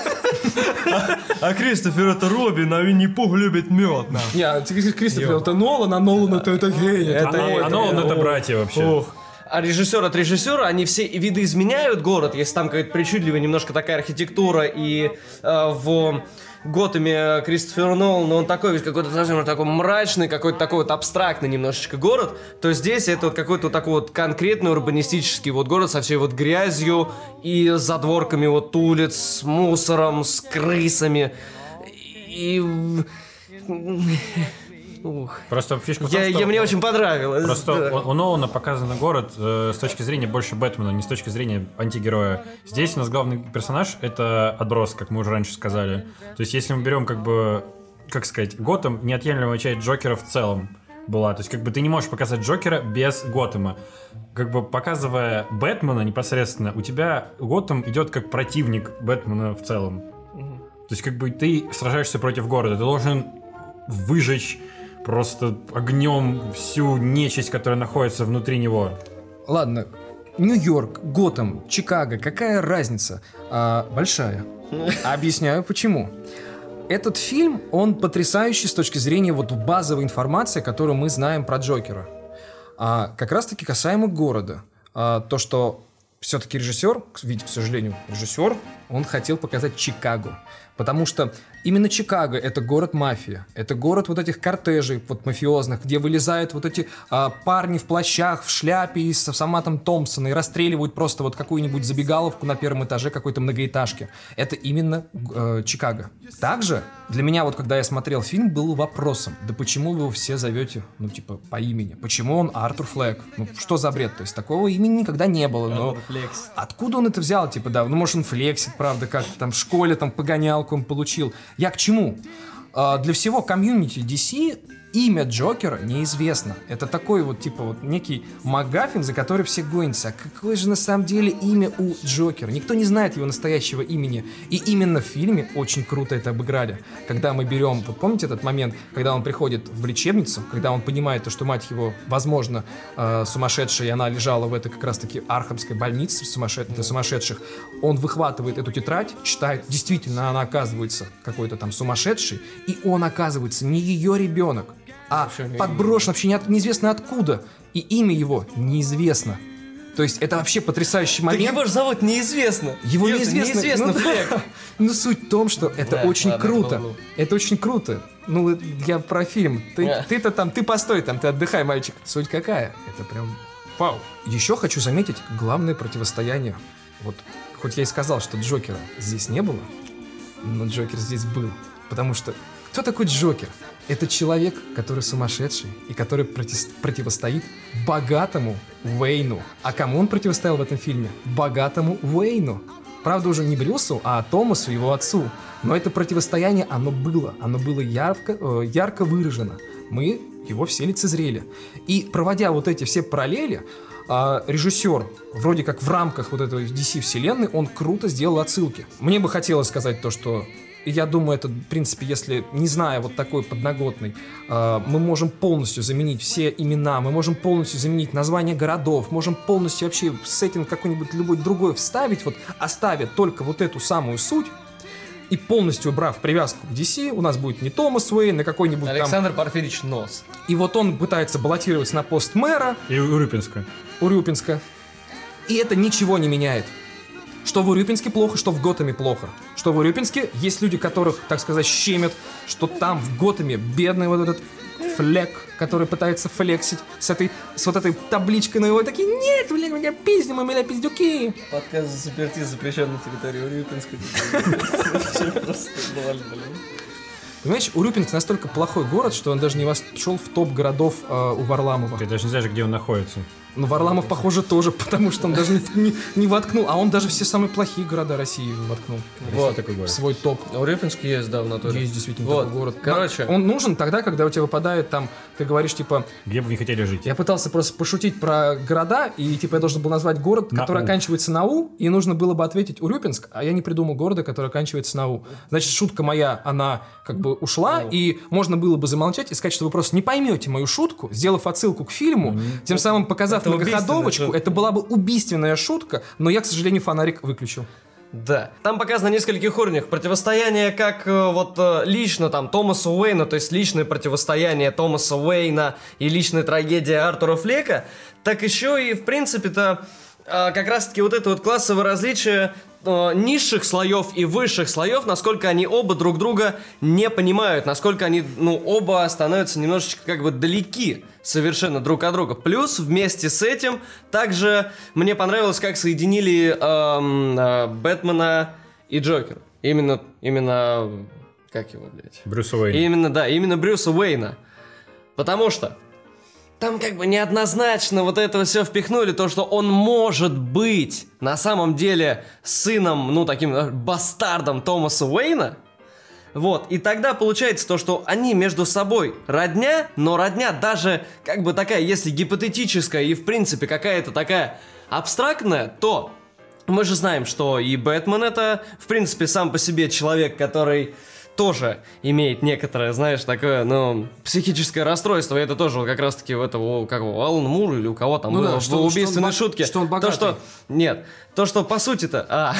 А Кристофер это Робин, а Винни-Пух любит мед. Не, Кристофер это Нолан, а Нолан это гений. А Нолан это братья вообще. А режиссер от режиссера, они все видоизменяют город, если там какая-то причудливая немножко такая архитектура, и в Готэме Кристофера Нолана, он такой весь какой-то совсем такой мрачный, какой-то такой вот абстрактный немножечко город, то здесь это вот какой-то вот такой вот конкретный урбанистический вот город со всей вот грязью и задворками вот улиц, с мусором, с крысами. И... Ух. Просто фишка в том, что... Мне очень понравилось. Просто у Нолана показан город с точки зрения больше Бэтмена, не с точки зрения антигероя. Здесь у нас главный персонаж — это отброс, как мы уже раньше сказали. То есть если мы берем как бы, как сказать, Готэм — неотъемлемая часть Джокера в целом была. То есть как бы ты не можешь показать Джокера без Готэма. Как бы показывая Бэтмена непосредственно, у тебя Готэм идет как противник Бэтмена в целом. То есть как бы ты сражаешься против города, ты должен выжечь просто огнем всю нечисть, которая находится внутри него. Ладно, Нью-Йорк, Готэм, Чикаго, какая разница? Большая. Объясняю почему. Этот фильм, он потрясающий с точки зрения вот базовой информации, которую мы знаем про Джокера. Как раз-таки касаемо города. То, что все-таки режиссер, к сожалению, он хотел показать Чикаго. Потому что именно Чикаго — это город-мафия. Это город вот этих кортежей вот мафиозных, где вылезают вот эти парни в плащах, в шляпе и с автоматом Томпсона и расстреливают просто вот какую-нибудь забегаловку на первом этаже какой-то многоэтажки. Это именно Чикаго. Также для меня вот, когда я смотрел фильм, был вопросом: да почему вы его все зовете, ну типа, по имени? Почему он Артур Флек? Ну что за бред? То есть такого имени никогда не было. Но откуда он это взял? Типа, да, ну может он флексит, правда, как-то там в школе там погонялку он получил. Я к чему? Для всего комьюнити DC имя Джокера неизвестно. Это такой вот, типа, вот некий МакГаффин, за который все гонятся. А какое же на самом деле имя у Джокера? Никто не знает его настоящего имени. И именно в фильме очень круто это обыграли. Когда мы берем, вот помните этот момент, когда он приходит в лечебницу, когда он понимает то, что мать его, возможно, сумасшедшая, и она лежала в этой как раз-таки Архамской больнице для сумасшедших, он выхватывает эту тетрадь, читает, действительно, она оказывается какой-то там сумасшедший, и он оказывается не ее ребенок, а подброшен вообще неизвестно откуда, и имя его неизвестно. То есть это вообще потрясающий момент. Так его же зовут неизвестно. Его неизвестно. Неизвестно, Флек. Ну, суть в том, что это очень круто. Это очень круто. Ну, я про фильм. Ты-то там, ты постой там, ты отдыхай, мальчик. Суть какая? Это прям вау. Еще хочу заметить главное противостояние. Вот, хоть я и сказал, что Джокера здесь не было, но Джокер здесь был. Потому что кто такой Джокер? Это человек, который сумасшедший и который противостоит богатому Уэйну. А кому он противостоял в этом фильме? Богатому Уэйну. Правда, уже не Брюсу, а Томасу, его отцу. Но это противостояние, оно было. Оно было ярко выражено. Мы его все лицезрели. И проводя вот эти все параллели, режиссер, вроде как в рамках вот этой DC-вселенной, он круто сделал отсылки. Мне бы хотелось сказать то, что... И я думаю, это, в принципе, если, не зная вот такой подноготной, мы можем полностью заменить все имена, мы можем полностью заменить названия городов, можем полностью вообще сеттинг какой-нибудь любой другой вставить, вот оставив только вот эту самую суть, и полностью убрав привязку к DC, у нас будет не Томас Уэйн, а какой-нибудь Александр Порфирьевич Нос. И вот он пытается баллотироваться на пост мэра. И Урюпинска. И это ничего не меняет. Что в Урюпинске плохо, что в Готэме плохо. Что в Урюпинске есть люди, которых, так сказать, щемят, что там в Готэме бедный вот этот Флек, который пытается флексить с вот этой табличкой на его, такие, нет, блин, меня пиздим, мы пиздюки. Подкаст «Заперти» запрещен на территории Урюпинска. Просто ноль, блин. Понимаешь, Урюпинск настолько плохой город, что он даже не вошел в топ городов у Варламова. Ты даже не знаешь, где он находится. Ну, Варламов, похоже, тоже, потому что он даже не воткнул. А он даже все самые плохие города России воткнул. Вот такой город. В свой топ. А Урюпинск есть, да, в натуре. Есть действительно Вот. такой город. Короче. Он нужен тогда, когда у тебя выпадает там, ты говоришь, типа... Где бы вы не хотели жить? Я пытался просто пошутить про города, и типа я должен был назвать город, На который У. оканчивается на У, и нужно было бы ответить Урюпинск, а я не придумал города, который оканчивается на У. Значит, шутка моя, она как бы ушла, и можно было бы замолчать и сказать, что вы просто не поймете мою шутку, сделав отсылку к фильму, тем самым показав Это многоходовочку. Это была бы убийственная шутка, но я, к сожалению, фонарик выключил. Да. Там показано на нескольких уровнях противостояние как лично там Томаса Уэйна, то есть личное противостояние Томаса Уэйна и личная трагедия Артура Флека, так еще и, в принципе-то, как раз-таки вот это вот классовое различие низших слоев и высших слоев, насколько они оба друг друга не понимают, насколько они, оба становятся немножечко как бы далеки совершенно друг от друга. Плюс вместе с этим также мне понравилось, как соединили Бэтмена и Джокера. Именно как его, блядь? Брюса Уэйна. Именно Брюса Уэйна. Потому что там как бы неоднозначно вот это все впихнули, то, что он может быть на самом деле сыном, таким бастардом Томаса Уэйна. Вот, и тогда получается то, что они между собой родня, но родня даже как бы такая, если гипотетическая и в принципе какая-то такая абстрактная, то мы же знаем, что и Бэтмен это в принципе сам по себе человек, который тоже имеет некоторое, знаешь, такое, психическое расстройство, и это тоже как раз-таки у этого, как у Алана Мура или у кого там было в убийственной шутке. Что он богатый. То, что по сути-то...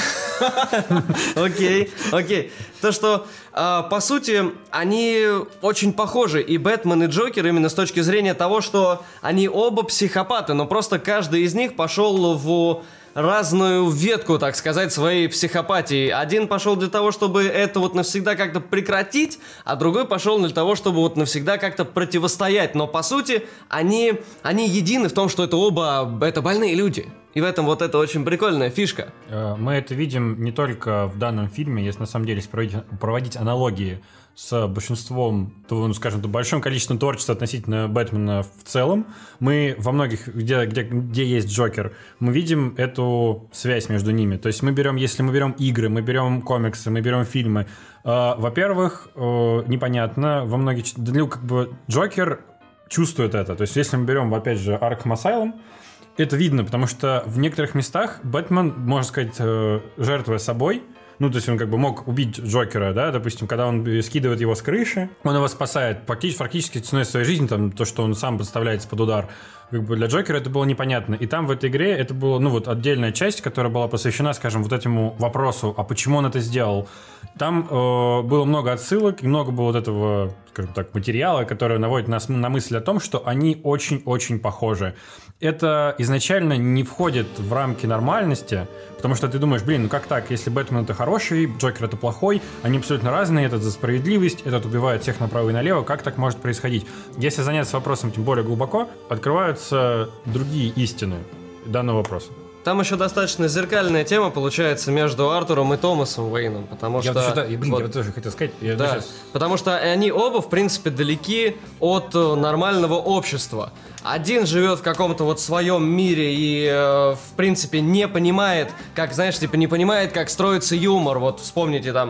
Окей. То, что по сути они очень похожи, и Бэтмен, и Джокер, именно с точки зрения того, что они оба психопаты, но просто каждый из них пошел в разную ветку, так сказать, своей психопатии. Один пошел для того, чтобы это вот навсегда как-то прекратить, а другой пошел для того, чтобы вот навсегда как-то противостоять. Но по сути они едины в том, что это оба это больные люди. И в этом вот это очень прикольная фишка. Мы это видим не только в данном фильме, если на самом деле проводить аналогии с большинством, скажем, большим количеством творчества относительно Бэтмена в целом. Мы во многих, где есть Джокер, мы видим эту связь между ними. То есть если мы берем игры, мы берем комиксы, мы берем фильмы, во-первых, непонятно, во многих... Джокер чувствует это. То есть если мы берем, опять же, Arkham Asylum, это видно, потому что в некоторых местах Бэтмен, можно сказать, жертвуя собой, то есть он как бы мог убить Джокера, да, допустим, когда он скидывает его с крыши, он его спасает практически ценой своей жизни, то, что он сам подставляется под удар. Как бы для Джокера это было непонятно. И там в этой игре это была, отдельная часть, которая была посвящена, скажем, вот этому вопросу, а почему он это сделал. Там было много отсылок и много было вот этого, скажем так, материала, который наводит нас на мысль о том, что они очень-очень похожи. Это изначально не входит в рамки нормальности, потому что ты думаешь, как так, если Бэтмен это хороший, Джокер это плохой, они абсолютно разные, этот за справедливость, этот убивает всех направо и налево, как так может происходить? Если заняться вопросом тем более глубоко, открываются другие истины данного вопроса. Там еще достаточно зеркальная тема получается между Артуром и Томасом Уэйном, потому что... Я тоже хотел сказать. Потому что они оба, в принципе, далеки от нормального общества. Один живет в каком-то своем мире и, в принципе, не понимает, не понимает, как строится юмор. Вот вспомните там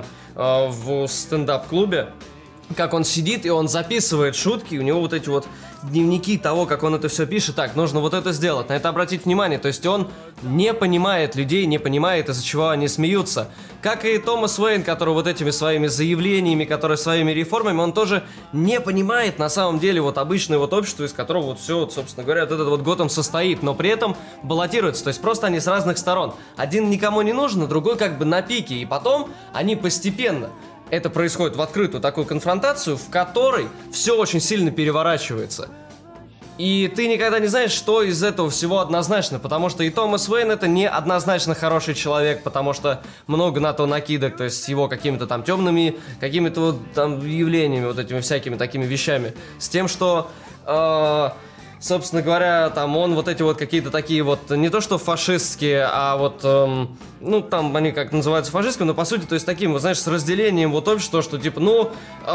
в стендап-клубе, как он сидит и он записывает шутки, у него вот эти вот дневники того, как он это все пишет. Так, нужно вот это сделать, на это обратить внимание. То есть он не понимает людей, не понимает, из-за чего они смеются. Как и Томас Уэйн, который вот этими своими заявлениями, который своими реформами, он тоже не понимает на самом деле обычное общество, из которого все, собственно говоря, этот Готэм состоит, но при этом баллотируется. То есть просто они с разных сторон. Один никому не нужен, а другой как бы на пике. И потом они постепенно... Это происходит в открытую такую конфронтацию, в которой все очень сильно переворачивается. И ты никогда не знаешь, что из этого всего однозначно, потому что и Томас Уэйн это не однозначно хороший человек, потому что много на то накидок, то есть с его какими-то там темными, какими-то вот там явлениями, вот этими всякими такими вещами. С тем, что, собственно говоря, там он вот эти вот какие-то такие вот, не то что фашистские, а вот, ну там они как называются фашистскими, но по сути, то есть таким, вот знаешь, с разделением вот общества, что типа, ну...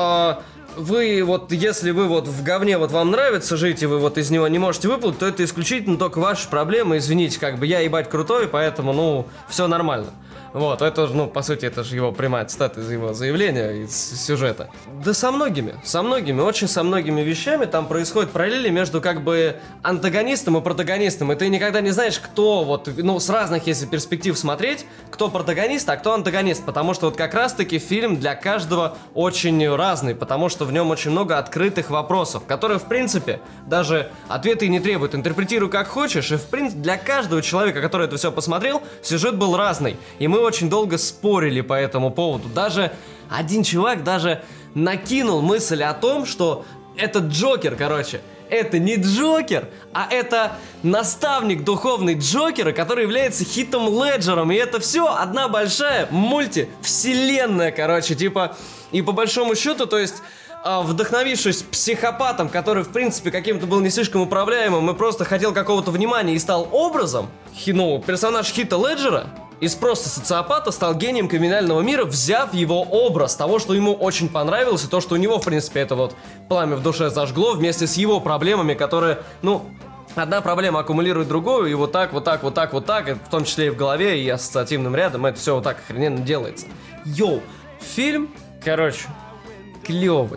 Вы вот, если вы вот в говне вот вам нравится жить, и вы вот из него не можете выплыть, то это исключительно только ваши проблемы, извините, как бы я ебать крутой, поэтому, ну, все нормально. Вот, это же, ну, по сути, это же его прямая цитата из его заявления, из сюжета. Да со многими, очень со многими вещами там происходят параллели между как бы антагонистом и протагонистом, и ты никогда не знаешь, кто вот, ну, с разных, если перспектив смотреть, кто протагонист, а кто антагонист, потому что вот как раз-таки фильм для каждого очень разный, потому что в нем очень много открытых вопросов, которые, в принципе, даже ответы и не требуют. Интерпретируй как хочешь, и, в принципе, для каждого человека, который это все посмотрел, сюжет был разный, и мы очень долго спорили по этому поводу. Даже один чувак даже накинул мысль о том, что этот Джокер, короче, это не Джокер, а это наставник духовный Джокера, который является Хитом Леджером. И это все одна большая мультивселенная, короче, типа. И по большому счету, то есть... вдохновившись психопатом, который, в принципе, каким-то был не слишком управляемым и просто хотел какого-то внимания и стал образом, ну, персонаж Хита Леджера из просто социопата стал гением криминального мира, взяв его образ того, что ему очень понравилось, и то, что у него, в принципе, это вот пламя в душе зажгло вместе с его проблемами, которые, ну... Одна проблема аккумулирует другую, и вот так, и в том числе и в голове, и ассоциативным рядом, это все вот так охрененно делается. Йоу, фильм, короче, клевый.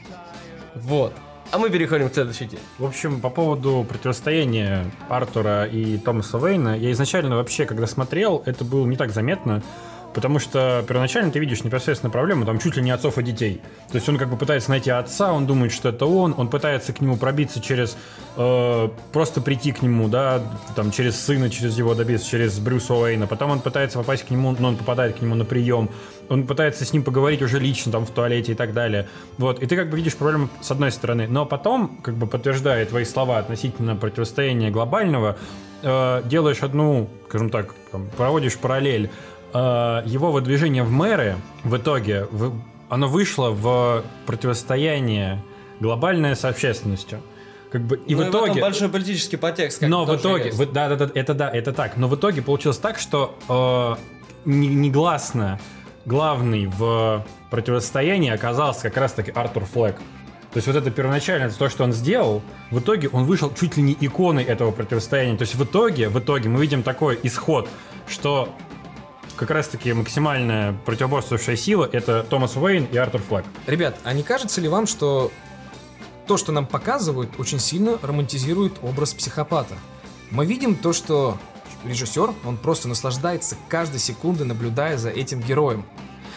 Вот. А мы переходим к следующей теме. В общем, по поводу противостояния Артура и Томаса Уэйна, я изначально вообще, когда смотрел, это было не так заметно, потому что первоначально ты видишь непосредственно проблему, там чуть ли не отцов и детей. То есть он как бы пытается найти отца, он думает, что это он пытается к нему пробиться через... просто прийти к нему, да, там через сына, через его добиться, через Брюса Уэйна. Потом он пытается попасть к нему, но он попадает к нему на прием. Он пытается с ним поговорить уже лично, там, в туалете и так далее. Вот, и ты как бы видишь проблему с одной стороны, но потом, как бы подтверждая твои слова относительно противостояния глобального, делаешь одну, скажем так, там, проводишь параллель. Его выдвижение в мэры в итоге, оно вышло в противостояние глобальное с общественностью. Как бы, и ну в итоге... в этом большой политический подтекст. Но в итоге... это так. Но в итоге получилось так, что негласно главный в противостоянии оказался как раз-таки Артур Флек. То есть вот это первоначально, то, что он сделал, в итоге он вышел чуть ли не иконой этого противостояния. То есть в итоге мы видим такой исход, что... как раз-таки максимальная противоборствующая сила — это Томас Уэйн и Артур Флек. Ребят, а не кажется ли вам, что то, что нам показывают, очень сильно романтизирует образ психопата? Мы видим то, что режиссер, он просто наслаждается каждой секундой, наблюдая за этим героем.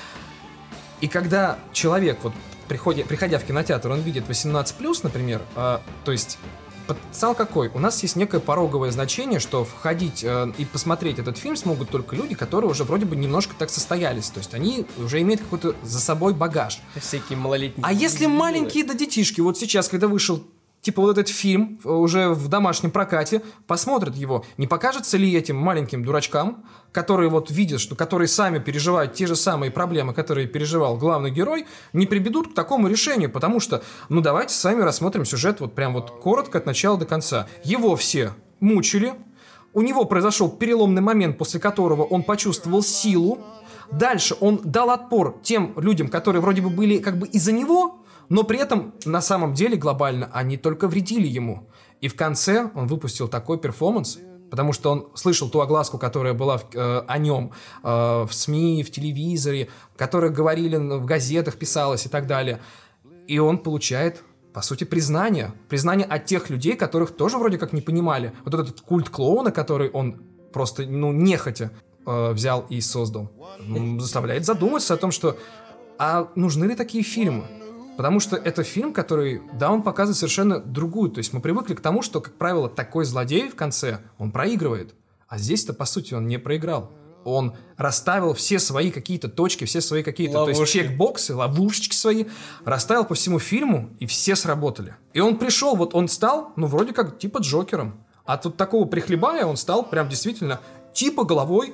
И когда человек, вот приходя в кинотеатр, он видит 18+, например, то есть... Потенциал какой? У нас есть некое пороговое значение, что входить и посмотреть этот фильм смогут только люди, которые уже вроде бы немножко так состоялись. То есть они уже имеют какой-то за собой багаж. Всякие малолетние. А если маленькие детишки, вот сейчас, когда вышел типа вот этот фильм уже в домашнем прокате, посмотрят его, не покажется ли этим маленьким дурачкам, которые вот видят, что которые сами переживают те же самые проблемы, которые переживал главный герой, не прибегут к такому решению, потому что, ну давайте сами рассмотрим сюжет вот прям вот коротко от начала до конца. Его все мучили, у него произошел переломный момент, после которого он почувствовал силу, дальше он дал отпор тем людям, которые вроде бы были как бы из-за него, но при этом на самом деле глобально они только вредили ему. И в конце он выпустил такой перформанс, потому что он слышал ту огласку, которая была о нем в СМИ, в телевизоре, которая говорили в газетах, писалось и так далее. И он получает, по сути, признание. Признание от тех людей, которых тоже вроде как не понимали. Вот этот культ клоуна, который он просто, нехотя взял и создал, заставляет задуматься о том, что а нужны ли такие фильмы? Потому что это фильм, который, да, он показывает совершенно другую. То есть мы привыкли к тому, что, как правило, такой злодей в конце, он проигрывает. А здесь-то, по сути, он не проиграл. он расставил все свои какие-то точки, все свои какие-то, то есть чекбоксы, ловушечки свои, расставил по всему фильму, и все сработали. И он пришел, вот он стал, ну, вроде как, типа Джокером. А тут такого прихлебая он стал прям действительно типа головой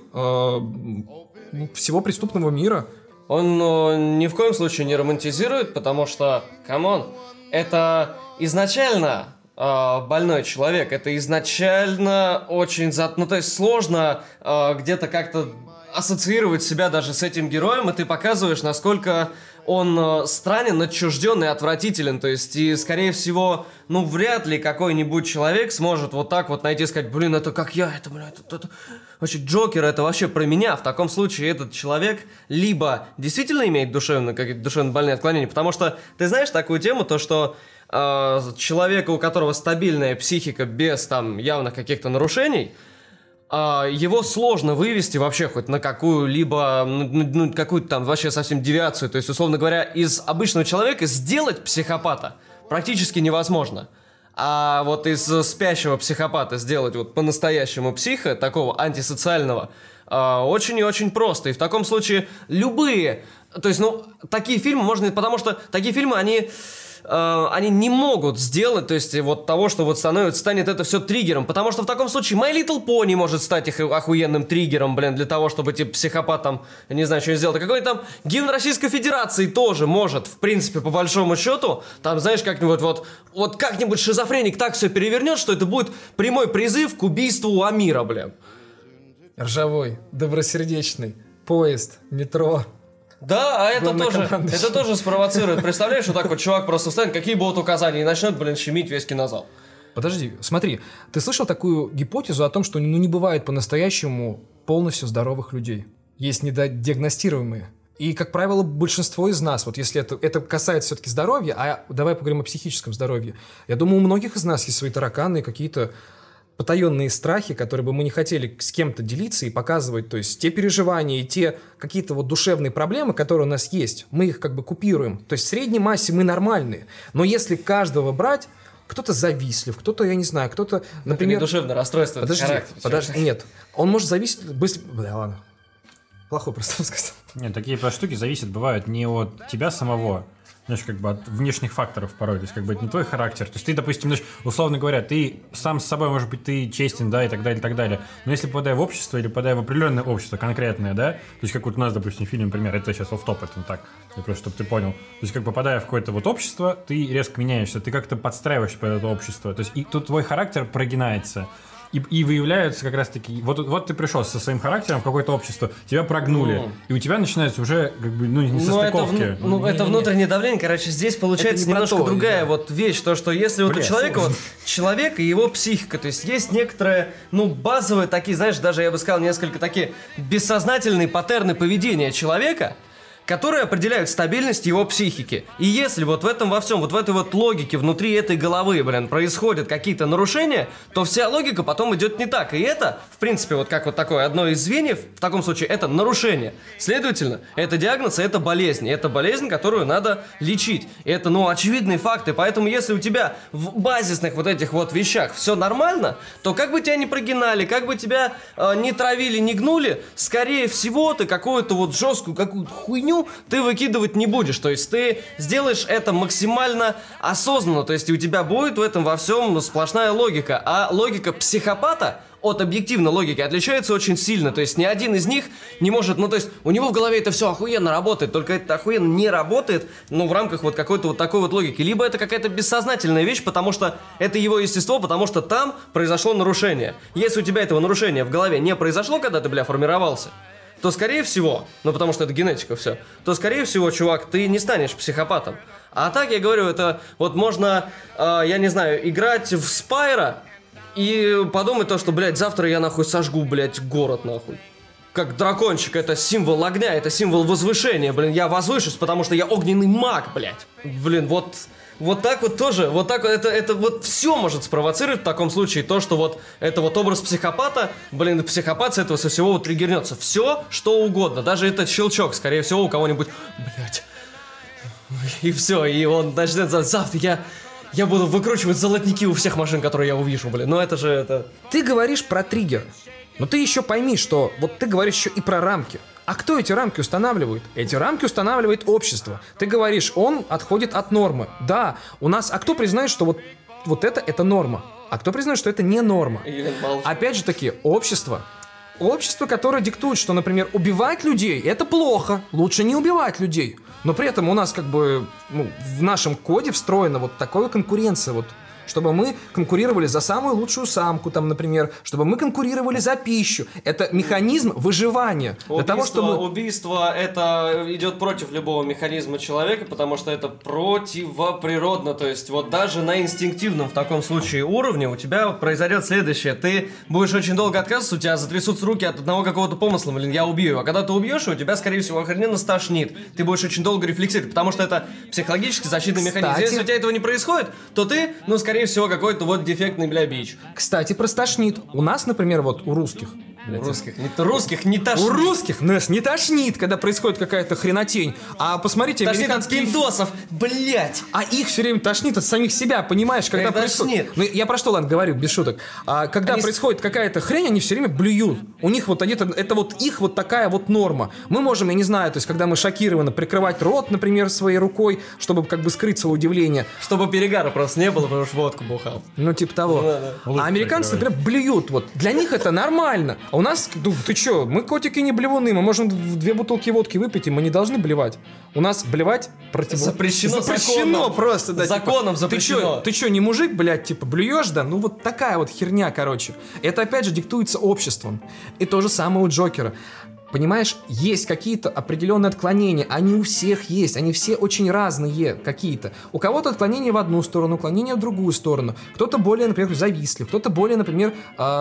всего преступного мира. Он ни в коем случае не романтизирует, потому что, камон, это изначально больной человек, это изначально очень... Ну, то есть сложно где-то как-то ассоциировать себя даже с этим героем, и ты показываешь, насколько он странен, отчужден и отвратителен. То есть, и, скорее всего, ну, вряд ли какой-нибудь человек сможет вот так вот найти и сказать: блин, это как я, это, блин, это вообще Джокер, это вообще про меня. В таком случае этот человек либо действительно имеет какие-то душевно больные отклонения, потому что ты знаешь такую тему, то что человека, у которого стабильная психика без там явных каких-то нарушений, его сложно вывести вообще хоть на какую-либо, ну, какую-то там вообще совсем девиацию. То есть, условно говоря, из обычного человека сделать психопата практически невозможно. А вот из спящего психопата сделать вот по-настоящему психа, такого антисоциального, очень и очень просто. И в таком случае любые... То есть, ну, такие фильмы можно... Потому что такие фильмы, они не могут сделать, то есть, вот того, что вот станет это все триггером, потому что в таком случае My Little Pony может стать их охуенным триггером, блин, для того, чтобы, типа, психопат там, не знаю, что сделать. А какой там гимн Российской Федерации тоже может, в принципе, по большому счету, там, знаешь, как-нибудь вот как-нибудь шизофреник так все перевернет, что это будет прямой призыв к убийству Амира, блин. Ржавой, добросердечный, поезд, метро. Да, а это тоже спровоцирует. Представляешь, вот так вот чувак просто встанет, какие будут указания, и начнет, блин, щемить весь кинозал. Подожди, смотри, ты слышал такую гипотезу о том, что не бывает по-настоящему полностью здоровых людей? Есть недодиагностируемые. И, как правило, большинство из нас, вот если это касается все-таки здоровья, а давай поговорим о психическом здоровье, я думаю, у многих из нас есть свои тараканы, какие-то потаенные страхи, которые бы мы не хотели с кем-то делиться и показывать, то есть те переживания и те какие-то вот душевные проблемы, которые у нас есть, мы их как бы купируем. То есть в средней массе мы нормальные, но если каждого брать, кто-то завистлив, кто-то, я не знаю, кто-то, например... Это не душевное расстройство, это характер. Подожди, нет, он может зависеть быстро... Бля, ладно. Плохой просто сказал. Нет, такие штуки зависят, бывают не от тебя самого, знаешь, как бы от внешних факторов порой, то есть как бы это не твой характер. То есть ты, допустим, знаешь, условно говоря, ты сам с собой, может быть, ты честен, да, и так далее, и так далее. Но если попадая в общество или попадая в определенное общество конкретное, да, то есть как вот у нас, допустим, фильм, например, это сейчас офф-топ, это так, просто чтобы ты понял. То есть как попадая в какое-то вот общество, ты резко меняешься, ты как-то подстраиваешься под это общество. То есть и тут твой характер прогинается. И выявляются как раз-таки... Вот ты пришел со своим характером в какое-то общество, тебя прогнули, и у тебя начинается уже как бы, несостыковки. Это внутреннее давление, короче, здесь получается немножко другая вот вещь, то, что если вот у человека, вот человек и его психика, то есть есть некоторые, базовые такие, знаешь, даже я бы сказал, несколько такие бессознательные паттерны поведения человека, которые определяют стабильность его психики. И если вот в этом во всем, вот в этой вот логике внутри этой головы, происходят какие-то нарушения, то вся логика потом идет не так. И это, в принципе, вот как вот такое одно из звеньев, в таком случае, это нарушение. Следовательно, это диагноз, это болезнь. Это болезнь, которую надо лечить. И это, очевидные факты. Поэтому, если у тебя в базисных вот этих вот вещах все нормально, то как бы тебя не прогинали, как бы тебя не травили, не гнули, скорее всего, ты какую-то вот жесткую какую-то хуйню ты выкидывать не будешь, то есть ты сделаешь это максимально осознанно, то есть у тебя будет в этом во всем сплошная логика, а логика психопата от объективной логики отличается очень сильно, то есть ни один из них не может, то есть у него в голове это все охуенно работает, только это охуенно не работает, в рамках вот какой-то вот такой вот логики, либо это какая-то бессознательная вещь, потому что это его естество, потому что там произошло нарушение. Если у тебя этого нарушения в голове не произошло, когда ты, формировался, то, скорее всего, потому что это генетика все, то, скорее всего, чувак, ты не станешь психопатом. А так, я говорю, это вот можно, я не знаю, играть в Спайра и подумать то, что, завтра я, сожгу, город, Как дракончик, это символ огня, это символ возвышения, я возвышусь, потому что я огненный маг, Вот так вот тоже, вот так вот, это вот все может спровоцировать в таком случае то, что вот это вот образ психопата, психопат с этого со всего вот триггернется. Все, что угодно, даже этот щелчок, скорее всего, у кого-нибудь, и все, и он начнет завтра я буду выкручивать золотники у всех машин, которые я увижу, это же это... Ты говоришь про триггер. Но ты еще пойми, что вот ты говоришь еще и про рамки. А кто эти рамки устанавливает? Эти рамки устанавливает общество. Ты говоришь, он отходит от нормы. Да, у нас... А кто признает, что вот это норма? А кто признает, что это не норма? Опять же таки, общество. Общество, которое диктует, что, например, убивать людей – это плохо. Лучше не убивать людей. Но при этом у нас как бы в нашем коде встроена вот такая конкуренция вот. Чтобы мы конкурировали за самую лучшую самку, там, например, чтобы мы конкурировали за пищу. Это механизм выживания. Убийство это идет против любого механизма человека, потому что это противоприродно. То есть вот даже на инстинктивном в таком случае уровне у тебя произойдет следующее. Ты будешь очень долго отказываться, у тебя затрясутся руки от одного какого-то помысла, блин, я убью его. А когда ты убьешь его, у тебя, скорее всего, охрененно стошнит. Ты будешь очень долго рефлексировать, потому что это психологический защитный механизм. Если у тебя этого не происходит, то ты, скорее всего, какой-то вот дефектный, бич. Кстати, про стошнит. У нас, например, вот у русских. У русских не тошнит. У русских нас не тошнит, когда происходит какая-то хренотень. А посмотрите, тошнит американские... от пиндосов, блять. А их все время тошнит от самих себя, понимаешь, когда происходит... Ну, я про что, ладно, говорю, без шуток. Когда происходит какая-то хрень, они все время блюют. У них вот это вот их вот такая вот норма. Мы можем, я не знаю, то есть, когда мы шокированы, прикрывать рот, например, своей рукой, чтобы как бы скрыть свое удивление. Чтобы перегара просто не было, потому что водку бухал. Ну, типа того. А американцы, например, блюют. Вот. Для них это нормально. А у нас, ты чё, мы котики не блевуны, мы можем 2 бутылки водки выпить, и мы не должны блевать. У нас блевать запрещено законом. Просто, да. Законом типа, запрещено. Ты чё, не мужик, блядь, типа, блюешь, да? Ну вот такая вот херня, короче. Это опять же диктуется обществом. И то же самое у Джокера. Понимаешь, есть какие-то определенные отклонения, они у всех есть, они все очень разные какие-то. У кого-то отклонения в одну сторону, отклонения в другую сторону. Кто-то более, например, завистлив, кто-то более, например,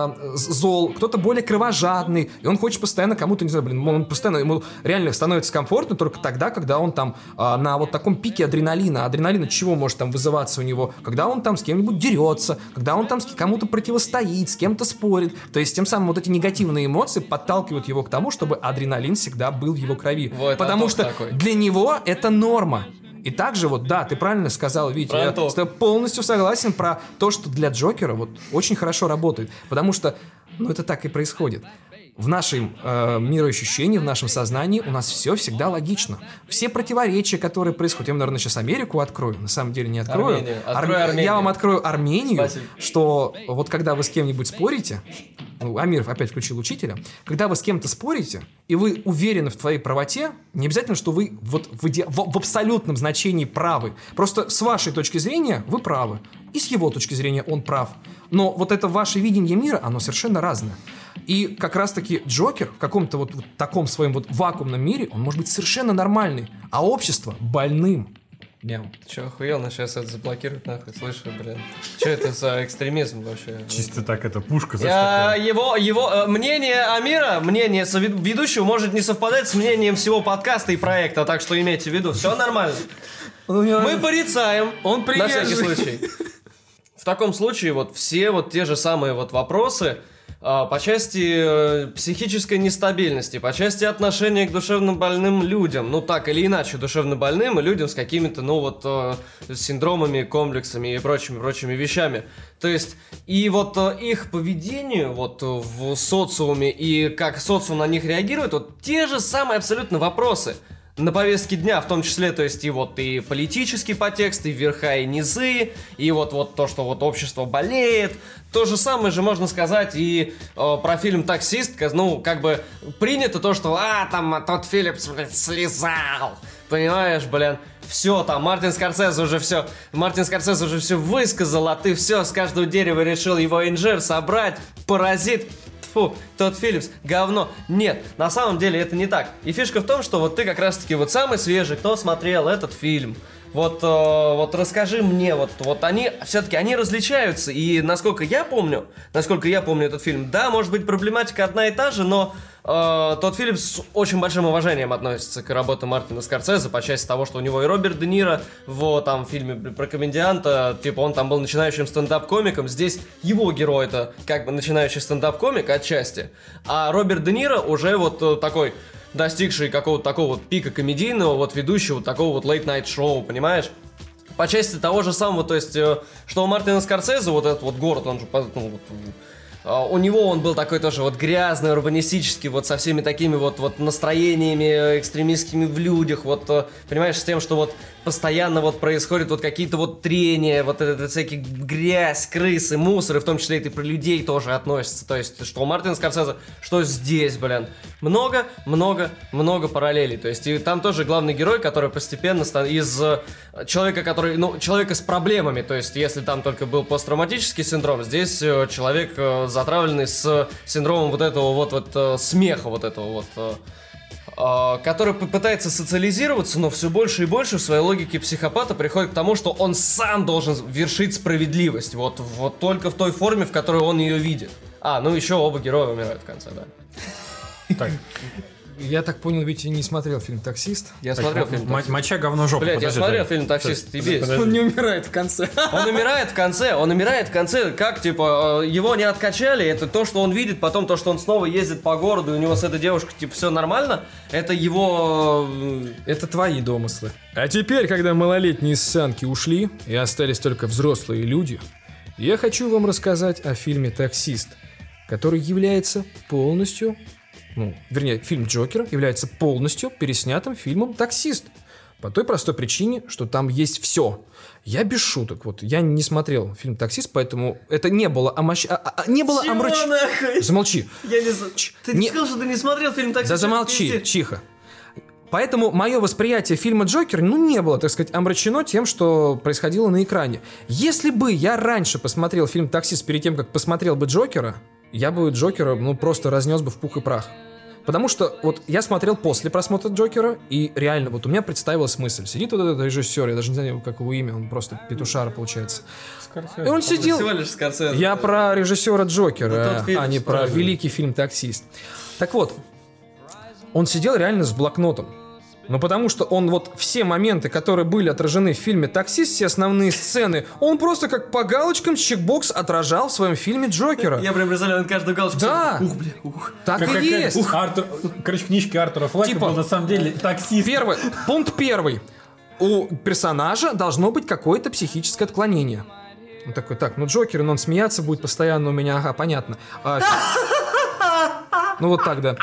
зол, кто-то более кровожадный, и он хочет постоянно кому-то, не знаю, он постоянно, ему реально становится комфортно только тогда, когда он там на вот таком пике адреналина. Адреналин от чего может там вызываться у него? Когда он там с кем-нибудь дерется, когда он там кому-то противостоит, с кем-то спорит. То есть тем самым вот эти негативные эмоции подталкивают его к тому, чтобы адреналин всегда был в его крови. Вот, потому что для него это норма. И также вот, да, ты правильно сказал, Витя, я с тобой полностью согласен про то, что для Джокера вот очень хорошо работает. Потому что, это так и происходит. В нашем мироощущении, в нашем сознании у нас все всегда логично. Все противоречия, которые происходят. Я, наверное, сейчас Америку открою. На самом деле не открою. Армению. Я вам открою Армению, Спасибо. Что вот когда вы с кем-нибудь спорите, Амир опять включил учителя, когда вы с кем-то спорите, и вы уверены в твоей правоте, не обязательно, что вы вот в абсолютном значении правы. Просто с вашей точки зрения вы правы. И с его точки зрения он прав. Но вот это ваше видение мира, оно совершенно разное. И как раз-таки Джокер в каком-то вот таком своем вот вакуумном мире, он может быть совершенно нормальный, а общество больным. Мяу. Ты чё, охуел? На сейчас это заблокируют нахуй, слышу, блин. Чё это за экстремизм вообще? Чисто так, это пушка. Его мнение Амира, мнение ведущего может не совпадать с мнением всего подкаста и проекта, так что имейте в виду, все нормально. Мы порицаем, он на всякий случай. В таком случае вот все вот те же самые вот вопросы по части психической нестабильности, по части отношения к душевно больным людям, так или иначе душевно больным и людям с какими-то, синдромами, комплексами и прочими вещами. То есть, и вот их поведению вот в социуме и как социум на них реагирует, вот те же самые абсолютно вопросы на повестке дня, в том числе, то есть и политический подтекст, и верха, и низы, и вот то, что вот общество болеет. То же самое же можно сказать и про фильм «Таксист». Как бы принято то, что там тот Филлипс, слезал. Понимаешь, все там, Мартин Скорсезе уже все высказал, а ты все с каждого дерева решил его инжир собрать, паразит. Фу, тот Филлипс, говно. Нет, на самом деле это не так. И фишка в том, что вот ты как раз-таки вот самый свежий, кто смотрел этот фильм. Вот расскажи мне, вот они, все-таки они различаются. И насколько я помню этот фильм, да, может быть проблематика одна и та же, но тот Филлипс с очень большим уважением относится к работе Мартина Скорсезе по части того, что у него и Роберт Де Ниро в фильме про комедианта, он там был начинающим стендап-комиком, здесь его герой это как бы начинающий стендап-комик отчасти, а Роберт Де Ниро уже вот такой достигший какого-то такого вот пика комедийного, ведущего такого late-night шоу, понимаешь? По части того же самого, то есть, что у Мартина Скорсезе этот город, он же у него он был такой тоже вот грязный, урбанистический, вот со всеми такими вот настроениями экстремистскими в людях, вот, понимаешь, с тем, что вот постоянно вот происходят вот какие-то вот трения, вот это всякие грязь, крысы, мусор, и в том числе это и про людей тоже относится, то есть, что у Мартина Скорсезе, что здесь, блин, много параллелей, то есть, и там тоже главный герой, который постепенно из человека, который, ну, человека с проблемами, то есть, если там только был посттравматический синдром, здесь человек затравленный с синдромом вот этого вот смеха вот этого вот, который пытается социализироваться, но все больше и больше в своей логике психопата приходит к тому, что он сам должен вершить справедливость, вот только в той форме, в которой он ее видит. Ну еще оба героя умирают в конце, да. Так, Я так понял, Витя не смотрел фильм «Таксист». Я смотрел фильм «Таксист». моча, говно, жопа. Блять, я Подожди, смотрел да. фильм «Таксист», ты бесишь. Он не умирает в конце. Он умирает в конце, как, типа, его не откачали, это то, что он видит, потом то, что он снова ездит по городу, и у него с этой девушкой, типа, все нормально, это его... Это твои домыслы. А теперь, когда малолетние ссанки ушли, и остались только взрослые люди, я хочу вам рассказать о фильме «Таксист», который является полностью... фильм «Джокер» является полностью переснятым фильмом «Таксист». По той простой причине, что там есть все. Я без шуток. Я не смотрел фильм «Таксист», поэтому это не было нахуй? Замолчи. Я не знаю. Ты не сказал, что ты не смотрел фильм «Таксист»? Да замолчи, чихо. Поэтому мое восприятие фильма «Джокер», не было, так сказать, омрачено тем, что происходило на экране. Если бы я раньше посмотрел фильм «Таксист» перед тем, как посмотрел бы «Джокера», я бы Джокера, просто разнес бы в пух и прах. Потому что я смотрел после просмотра Джокера, и реально у меня представилась мысль. Сидит вот этот режиссер, я даже не знаю, как его имя, он просто петушара получается. Скорсезе. И он сидел... Всего лишь Скорсезе. Я про режиссера Джокера, тот фильм а не про правильно. великий фильм «Таксист». Так вот, он сидел реально с блокнотом. Потому что он все моменты, которые были отражены в фильме «Таксист», все основные сцены, он просто как по галочкам чекбокс отражал в своем фильме «Джокера». Я прям представляю, каждую галочку. Да. Так и есть. Книжки Артура Флека Типа, был на самом деле таксист. Пункт первый. У персонажа должно быть какое-то психическое отклонение. Он такой, Джокер, он смеяться будет постоянно у меня, ага, понятно. Так, да.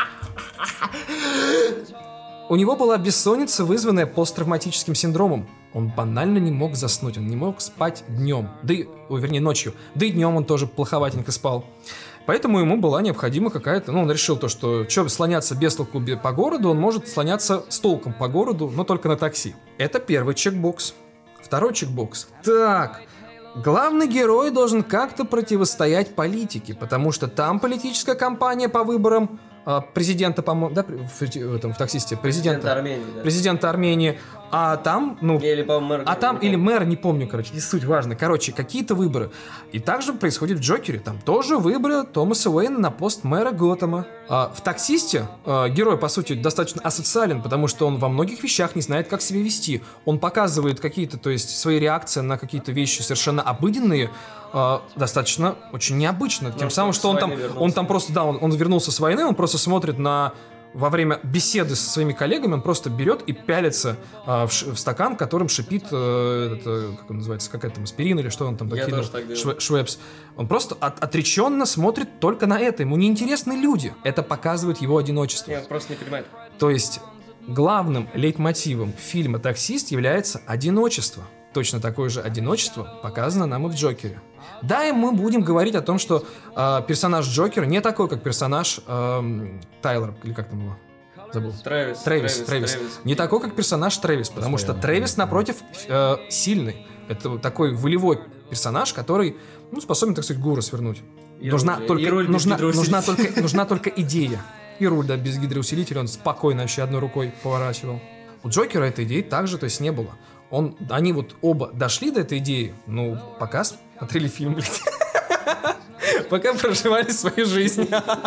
У него была бессонница, вызванная посттравматическим синдромом. Он банально не мог заснуть, он не мог спать днем. Ночью. Да и днем он тоже плоховатенько спал. Поэтому ему была необходима какая-то... он решил что слоняться без толку по городу, он может слоняться с толком по городу, но только на такси. Это первый чекбокс. Второй чекбокс. Так, главный герой должен как-то противостоять политике, потому что там политическая кампания по выборам президента, по-моему, да, в «Таксисте», президента Армении, да. Президента Армении, а там, Или, по-моему, мэр. или мэр, не помню, не суть важно. Какие-то выборы. И также происходит в «Джокере». Там тоже выборы Томаса Уэйна на пост мэра Готэма. В «Таксисте» герой, по сути, достаточно асоциален, потому что он во многих вещах не знает, как себя вести. Он показывает какие-то, свои реакции на какие-то вещи совершенно обыденные, достаточно очень необычно. Тем самым, что он там просто, он вернулся с войны, он просто смотрит во время беседы со своими коллегами, он просто берет и пялится в стакан, которым шипит, как он называется, какая-то аспирин или что он там докидывал, Швепс. Он просто отреченно смотрит только на это. Ему неинтересны люди. Это показывает его одиночество. Я просто не понимаю. То есть главным лейтмотивом фильма «Таксист» является одиночество. Точно такое же одиночество показано нам и в «Джокере». Да, и мы будем говорить о том, что персонаж Джокера не такой, как персонаж Тайлер, или как там его? Забыл. Трэвис. Не такой, как персонаж Трэвис, потому что Трэвис, напротив, сильный. Это такой волевой персонаж, который способен, так сказать, горы свернуть. Нужна только идея. И руль, да, без гидроусилителя, он спокойно вообще одной рукой поворачивал. У Джокера этой идеи также, не было. Они оба дошли до этой идеи, пока смотрели фильм, блядь. Пока проживали свою жизнь.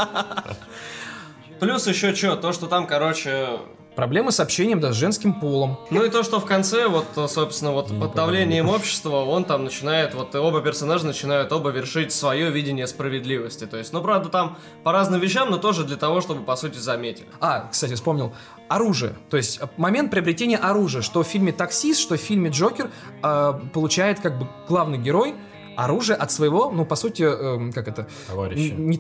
Плюс еще то, что там, Проблемы с общением, да, с женским полом. и то, что в конце, собственно, под давлением общества, он там начинает, оба персонажа начинают оба вершить свое видение справедливости. То есть, правда, там по разным вещам, но тоже для того, чтобы, по сути, заметили. Кстати, вспомнил. Оружие. То есть, момент приобретения оружия. Что в фильме «Таксист», что в фильме «Джокер» получает, главный герой оружие от своего, ну, по сути, как это? Товарища. Не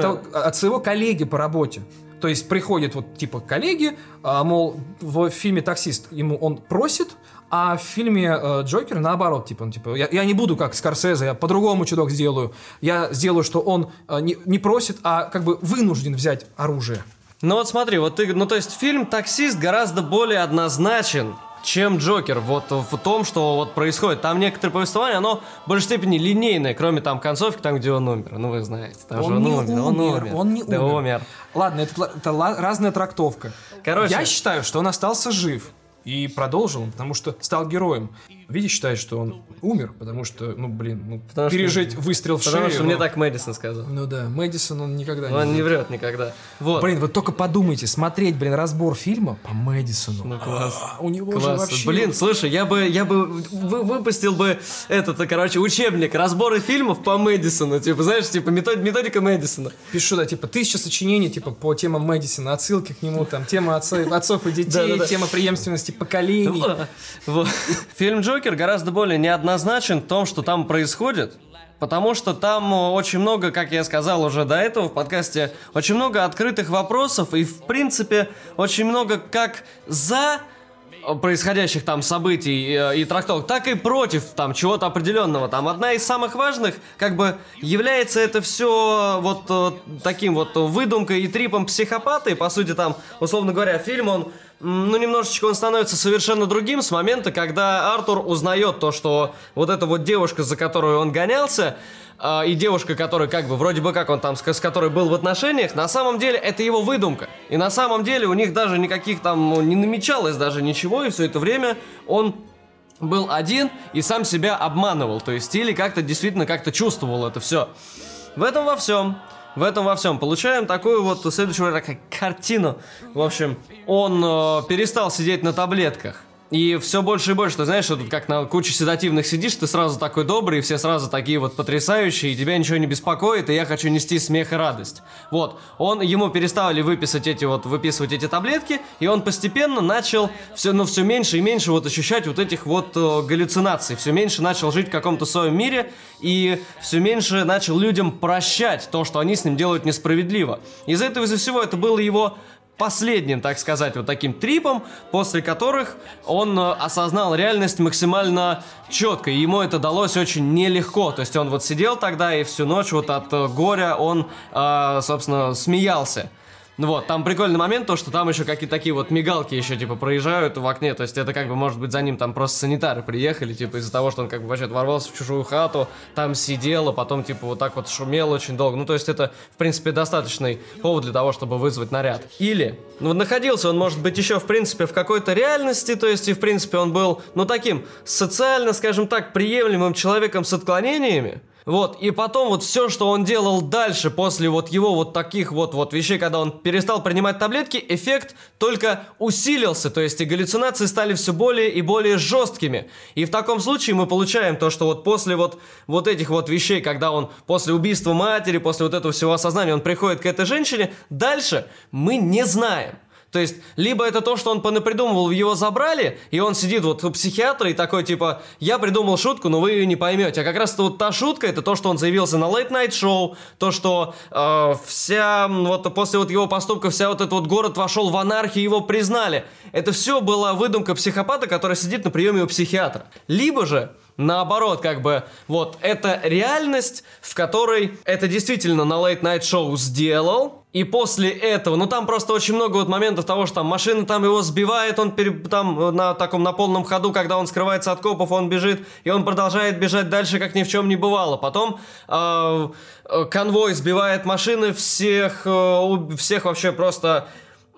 от своего коллеги по работе. То есть приходят вот типа коллеги, мол, в фильме «Таксист» ему он просит, а в фильме «Джокер» наоборот, типа, он типа, я не буду как Скорсезе, я по-другому чудок сделаю. Я сделаю, что он не просит, а как бы вынужден взять оружие. Ну вот смотри, вот ты, ну то есть фильм «Таксист» гораздо более однозначен, чем «Джокер», вот в том, что вот происходит. Там некоторое повествование, оно в большей степени линейное, кроме там концовки, там, где он умер. Ну, вы знаете, там Он же не он умер. Он не Да умер. Ладно, это разная трактовка. Короче. Я считаю, что он остался жив и продолжил, потому что стал героем. Витя считает, что он умер, потому что, ну, блин, Потому что- пережить выстрел в шею. Потому что ну, мне так Мэдисон сказал. Ну да, Мэдисон, он никогда Он не врет. врет никогда. Вот. Блин, вы только подумайте, смотреть, блин, разбор фильма по Мэдисону. Ну, класс. У него же Класс. вообще... Блин, слушай, я бы выпустил бы учебник разборы фильмов по Мэдисону. Типа, знаешь, типа методика Мэдисона. Пишу, да, типа, 1000 сочинений, типа, по темам Мэдисона, отсылки к нему, там, тема отцов и детей, Да-да-да. тема преемственности поколений. Вот. Фильм «Джокер» гораздо более неоднозначен в том, что там происходит, потому что там очень много, как я сказал уже до этого в подкасте, очень много открытых вопросов и, в принципе, очень много как за происходящих там событий и трактовок, так и против там чего-то определенного. Там одна из самых важных, как бы, является это все вот таким вот выдумкой и трипом психопата, и, по сути, там, условно говоря, фильм, он, ну, немножечко он становится совершенно другим с момента, когда Артур узнает то, что вот эта вот девушка, за которую он гонялся, и девушка, которая как бы, вроде бы как он там, с которой был в отношениях, на самом деле это его выдумка. И на самом деле у них даже никаких там не намечалось даже ничего, и все это время он был один и сам себя обманывал. То есть или как-то действительно как-то чувствовал это все. В этом во всем получаем такую вот следующую картину. В общем, он перестал сидеть на таблетках. И все больше и больше, ты знаешь, что тут как на куче седативных сидишь, ты сразу такой добрый, и все сразу такие вот потрясающие, и тебя ничего не беспокоит, и я хочу нести смех и радость. Вот, ему перестали выписывать эти таблетки, и он постепенно начал все меньше и меньше вот ощущать вот этих вот галлюцинаций, все меньше начал жить в каком-то своем мире, и все меньше начал людям прощать то, что они с ним делают несправедливо. Из-за всего это было его последним, так сказать, вот таким трипом, после которых он осознал реальность максимально четко, и ему это далось очень нелегко, то есть он вот сидел тогда и всю ночь вот от горя он, собственно, смеялся. Ну вот, там прикольный момент, то, что там еще какие-то такие вот мигалки еще, типа, проезжают в окне, то есть это как бы, может быть, за ним там просто санитары приехали, типа, из-за того, что он как бы вообще ворвался в чужую хату, там сидел, а потом, типа, вот так вот шумел очень долго, ну, то есть это, в принципе, достаточный повод для того, чтобы вызвать наряд. Или, ну, находился он, может быть, еще, в принципе, в какой-то реальности, то есть, и, в принципе, он был, ну, таким социально, скажем так, приемлемым человеком с отклонениями. Вот, и потом вот все, что он делал дальше, после вот его вот таких вот вещей, когда он перестал принимать таблетки, эффект только усилился, то есть и галлюцинации стали все более и более жесткими. И в таком случае мы получаем то, что вот после вот этих вот вещей, когда он после убийства матери, после вот этого всего осознания, он приходит к этой женщине, дальше мы не знаем. То есть, либо это то, что он понапридумывал, его забрали, и он сидит вот у психиатра и такой, типа, я придумал шутку, но вы ее не поймете. А как раз вот та шутка, это то, что он заявился на Late Night Show, то, что после вот его поступка вся вот этот вот город вошел в анархию, его признали. Это все была выдумка психопата, который сидит на приеме у психиатра. Либо же, наоборот, как бы, вот, это реальность, в которой это действительно на Late Night Show сделал, и после этого, ну там просто очень много вот моментов того, что там машина там его сбивает, он там на полном ходу, когда он скрывается от копов, он бежит, и он продолжает бежать дальше, как ни в чем не бывало. Потом конвой сбивает машины, всех вообще просто...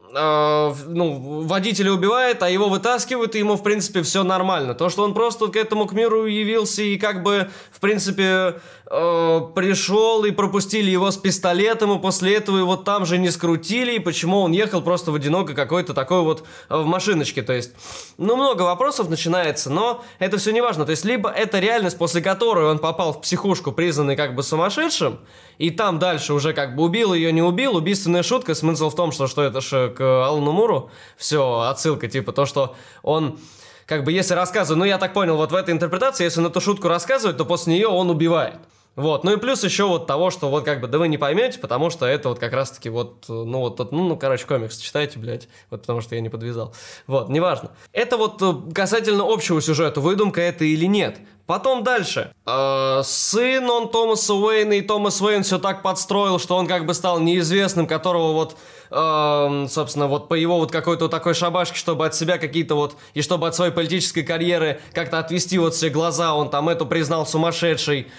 водителя убивает, а его вытаскивают, и ему, в принципе, все нормально. То, что он просто к миру явился и как бы, в принципе, пришел и пропустили его с пистолетом, и после этого его там же не скрутили, и почему он ехал просто в одиноко какой-то такой вот в машиночке. То есть, много вопросов начинается, но это все не важно. То есть, либо это реальность, после которой он попал в психушку, признанный как бы сумасшедшим, и там дальше уже как бы убил ее, не убил, убийственная шутка, смысл в том, что это же к Алану Муру, все, отсылка, типа то, что он как бы если рассказывать, ну я так понял, вот в этой интерпретации, если он эту шутку рассказывает, то после нее он убивает. Вот, ну и плюс еще вот того, что вот как бы, да вы не поймете, потому что это вот как раз-таки вот, ну вот, короче, комикс читайте, блядь, вот потому что я не подвязал. Вот, неважно. Это вот касательно общего сюжета, выдумка это или нет. Потом дальше. Сын он Томаса Уэйна, и Томас Уэйн все так подстроил, что он как бы стал неизвестным, которого вот, собственно, вот по его вот какой-то такой шабашке, чтобы от себя какие-то вот, и чтобы от своей политической карьеры как-то отвести вот все глаза, он там эту признал сумасшедшей,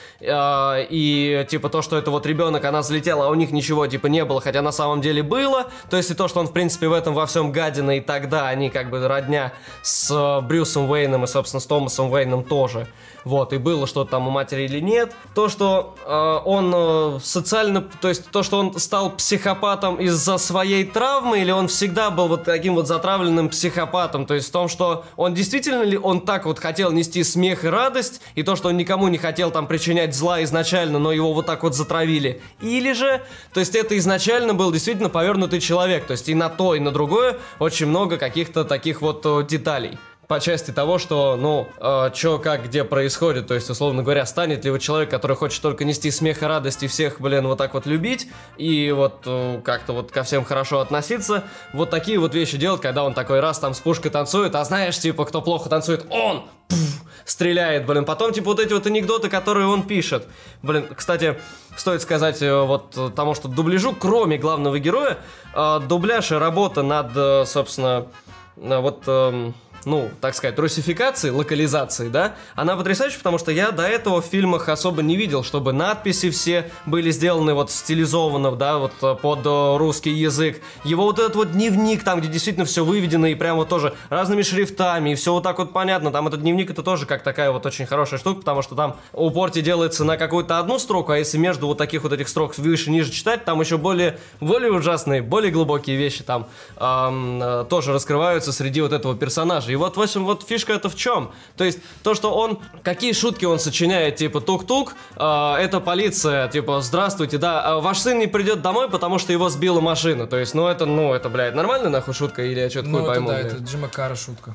и типа то, что это вот ребенок, она взлетела, а у них ничего типа не было, хотя на самом деле было, то есть и то, что он в принципе в этом во всем гадина, и тогда они как бы родня с Брюсом Уэйном и, собственно, с Томасом Уэйном тоже. Вот, и было что-то там у матери или нет. То, что он социально... То есть то, что он стал психопатом из-за своей травмы, или он всегда был вот таким вот затравленным психопатом. То есть в том, что он действительно ли он так вот хотел нести смех и радость, и то, что он никому не хотел там причинять зла изначально, но его вот так вот затравили. Или же, то есть это изначально был действительно повернутый человек. То есть и на то, и на другое очень много каких-то таких вот деталей. По части того, что, ну, чё, как, где происходит, то есть, условно говоря, станет ли вы человек, который хочет только нести смех и радость и всех, блин, вот так вот любить, и вот как-то вот ко всем хорошо относиться, вот такие вот вещи делать, когда он такой раз там с пушкой танцует, а знаешь, типа, кто плохо танцует, он стреляет, блин, потом, типа, вот эти вот анекдоты, которые он пишет, блин, кстати, стоит сказать вот тому, что дубляжу, кроме главного героя, дубляж и работа над, собственно, вот... ну, так сказать, русификации, локализации, да, она потрясающая, потому что я до этого в фильмах особо не видел, чтобы надписи все были сделаны вот стилизованно, да, вот под русский язык. Его вот этот вот дневник, там, где действительно все выведено и прям вот тоже разными шрифтами, и все вот так вот понятно, там этот дневник это тоже как такая вот очень хорошая штука, потому что там упорте делается на какую-то одну строку, а если между вот таких вот этих строк выше-ниже читать, там еще более ужасные, более глубокие вещи там тоже раскрываются среди вот этого персонажа. И вот, в общем, вот фишка это в чем? То есть, то, что он, какие шутки он сочиняет, типа, тук-тук, это полиция, типа, здравствуйте, да, ваш сын не придет домой, потому что его сбила машина. То есть, это, блядь, нормальная нахуй шутка, или я что-то хуй пойму? Ну, это, да, блядь? это Джима Карра шутка.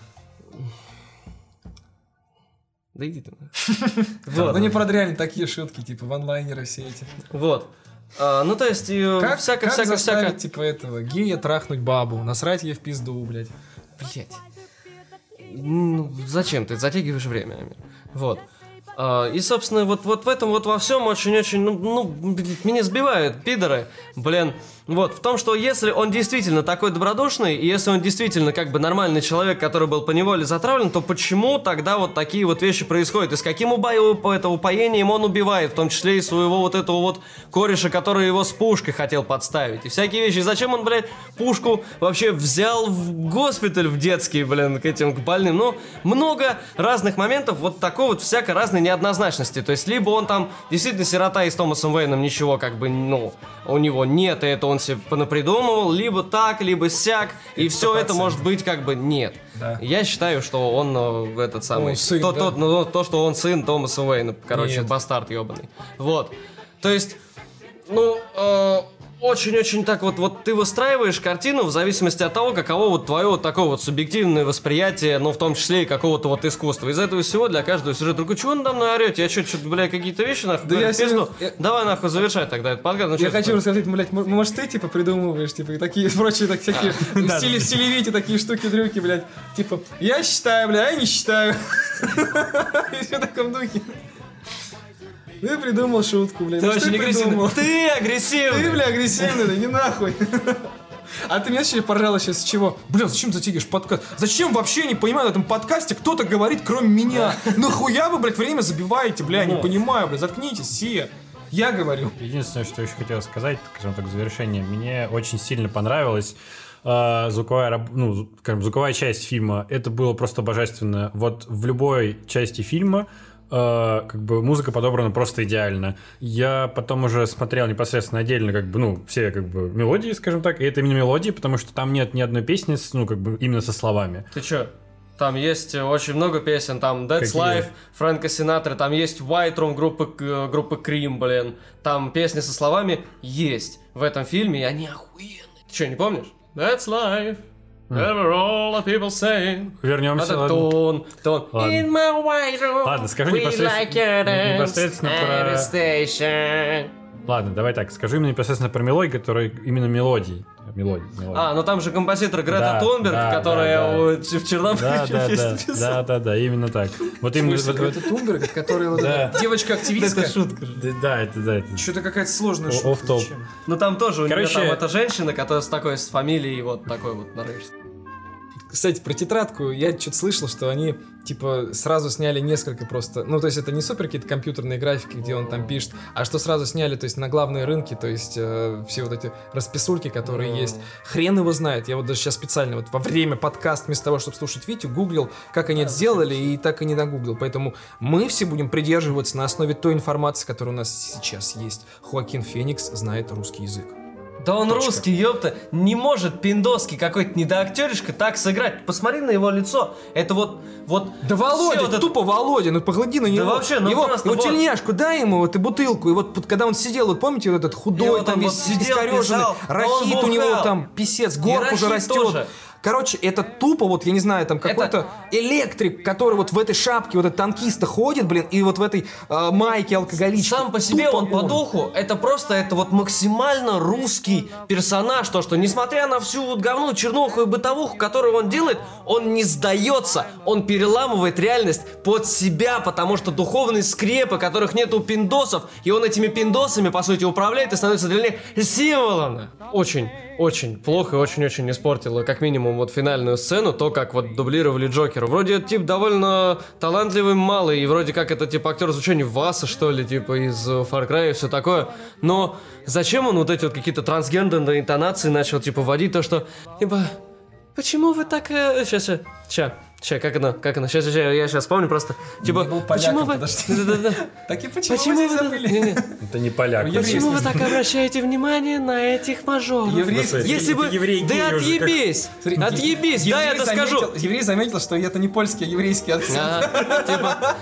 Да иди ты. Ну, не про реально такие шутки, типа, ванлайнеры все эти. Вот. Ну, то есть, Как всякое. заставить, типа, этого гея трахнуть бабу, насрать ей в пизду, блядь. Блять. Ну, зачем ты затягиваешь время, Амир? Вот. И, собственно, вот в этом вот во всем очень-очень, меня сбивают пидоры, блин. Вот, в том, что если он действительно такой добродушный, и если он действительно как бы нормальный человек, который был поневоле затравлен, то почему тогда вот такие вот вещи происходят? И с каким упоением он убивает, в том числе и своего вот этого вот кореша, который его с пушкой хотел подставить, и всякие вещи. И зачем он, блядь, пушку вообще взял в госпиталь в детский, блин, к этим, к больным? Ну, много разных моментов вот такой вот всякой разной неоднозначности. То есть, либо он там действительно сирота и с Томасом Уэйном ничего как бы, у него нет, и это он себе понапридумывал, либо так, либо сяк, и все это может быть как бы нет. Да. Я считаю, что он этот самый... Он сын, то, что он сын Томаса Уэйна, короче, нет. бастард ебаный. Вот. То есть, очень-очень так вот ты выстраиваешь картину в зависимости от того, каково вот твое вот такое вот субъективное восприятие, в том числе и какого-то вот искусства. Из этого всего для каждого сюжета. Такой, чего вы надо мной орете? Я что, бля, какие-то вещи нахуй? Да я пизду? Давай нахуй завершать тогда этот подкаст. Я хочу рассказать, блядь, может ты, типа, придумываешь, типа, и такие прочие, всякие в стиле Вити, такие штуки-дрюки, блядь. Типа, я считаю, бля, я не считаю. И все в таком духе. Ты придумал шутку, блядь. Ты очень агрессивный. Ты агрессивный. Ты, бля, агрессивный, да не нахуй. А ты меня вообще поржала сейчас с чего? Бля, зачем затягиваешь подкаст? Зачем вообще, не понимаю, в этом подкасте кто-то говорит, кроме меня? Нахуя вы, блядь, время забиваете, бля, не понимаю, бля, заткнитесь все. Я говорю. Единственное, что еще хотел сказать, скажем так, в завершение, мне очень сильно понравилось звуковая часть фильма. Это было просто божественно. Вот в любой части фильма как бы музыка подобрана просто идеально. Я потом уже смотрел непосредственно отдельно все как бы мелодии, скажем так, и это именно мелодии, потому что там нет ни одной песни именно со словами. Ты чё? Там есть очень много песен, там That's Какие? Life, Фрэнка Синатра, там есть White Room группы Cream, блин. Там песни со словами есть в этом фильме, и они охуенные. Ты чё, не помнишь? That's Life. All the people say. Вернемся. Это тон. Ладно. In my white room. Ладно, скажи we непосредственно про... Station. Ладно, давай так, скажи мне непосредственно про мелодии, которые именно мелодии. Ну там же композитор Грета Да, Тунберг, да, которая да. в Чернобыле песню писала. Да, именно так. Вот именно... Это Тунберг, которая вот Да. девочка-активистка. Это шутка. Да, это... Что-то какая-то сложная шутка. Офф-топ. Зачем? Ну там тоже у нее Короче- там эта женщина, которая с фамилией вот такой вот норвежской. Кстати, про тетрадку я что-то слышал, что они, типа, сразу сняли несколько просто... Ну, то есть это не супер какие-то компьютерные графики, где он там пишет, а что сразу сняли, то есть на главные рынки, то есть все вот эти расписульки, которые есть. Хрен его знает. Я вот даже сейчас специально вот во время подкаста, вместо того, чтобы слушать Витю, гуглил, как они это сделали, и так и не нагуглил. Поэтому мы все будем придерживаться на основе той информации, которая у нас сейчас есть. Хоакин Феникс знает русский язык. Да он русский, ёпта, не может пиндоский какой-то недоактеришка так сыграть. Посмотри на его лицо, это вот... Да Володя, всё вот это- тупо Володя, ну погляди на него. вообще, ну его, просто его вот. тельняшку, дай ему вот и бутылку. И вот когда он сидел, вот помните, вот этот И худой, вот там он весь вот сидел, искореженный, писал, рахит он у него бухал. там писец, горб И уже рахит растет. тоже. Короче, это тупо, вот я не знаю, там какой-то электрик, который вот в этой шапке, вот этот танкиста ходит, блин, и вот в этой майке алкоголичке. Сам по себе Тупо он по духу, это просто, это вот максимально русский персонаж, то, что несмотря на всю вот говну, чернуху и бытовуху, которую он делает, он не сдается, он переламывает реальность под себя, потому что духовные скрепы, которых нет у пиндосов, и он этими пиндосами, по сути, управляет и становится для них символом. Очень плохо и очень-очень испортило, как минимум, вот финальную сцену, то, как вот дублировали Джокера. Вроде этот тип довольно талантливый, малый, и вроде как это типа актер звучания Васа, что ли, типа из Far Cry и все такое. Но зачем он вот эти вот какие-то трансгендерные интонации начал типа вводить, то что, типа, почему вы так... Сейчас, как она, сейчас, я сейчас вспомню просто. Типа, был почему поляком, вы... подожди. Да-да-да. Так и почему Почему вы вы... забыли? Не-не. Это не поляк. Почему вы так обращаете внимание на этих мажоров? Еврейский- Если бы... это еврей Да гей уже как- отъебись! Отъебись, да, я это скажу! Еврей заметил, что это не польский, а еврейский акцент. Ага, типа...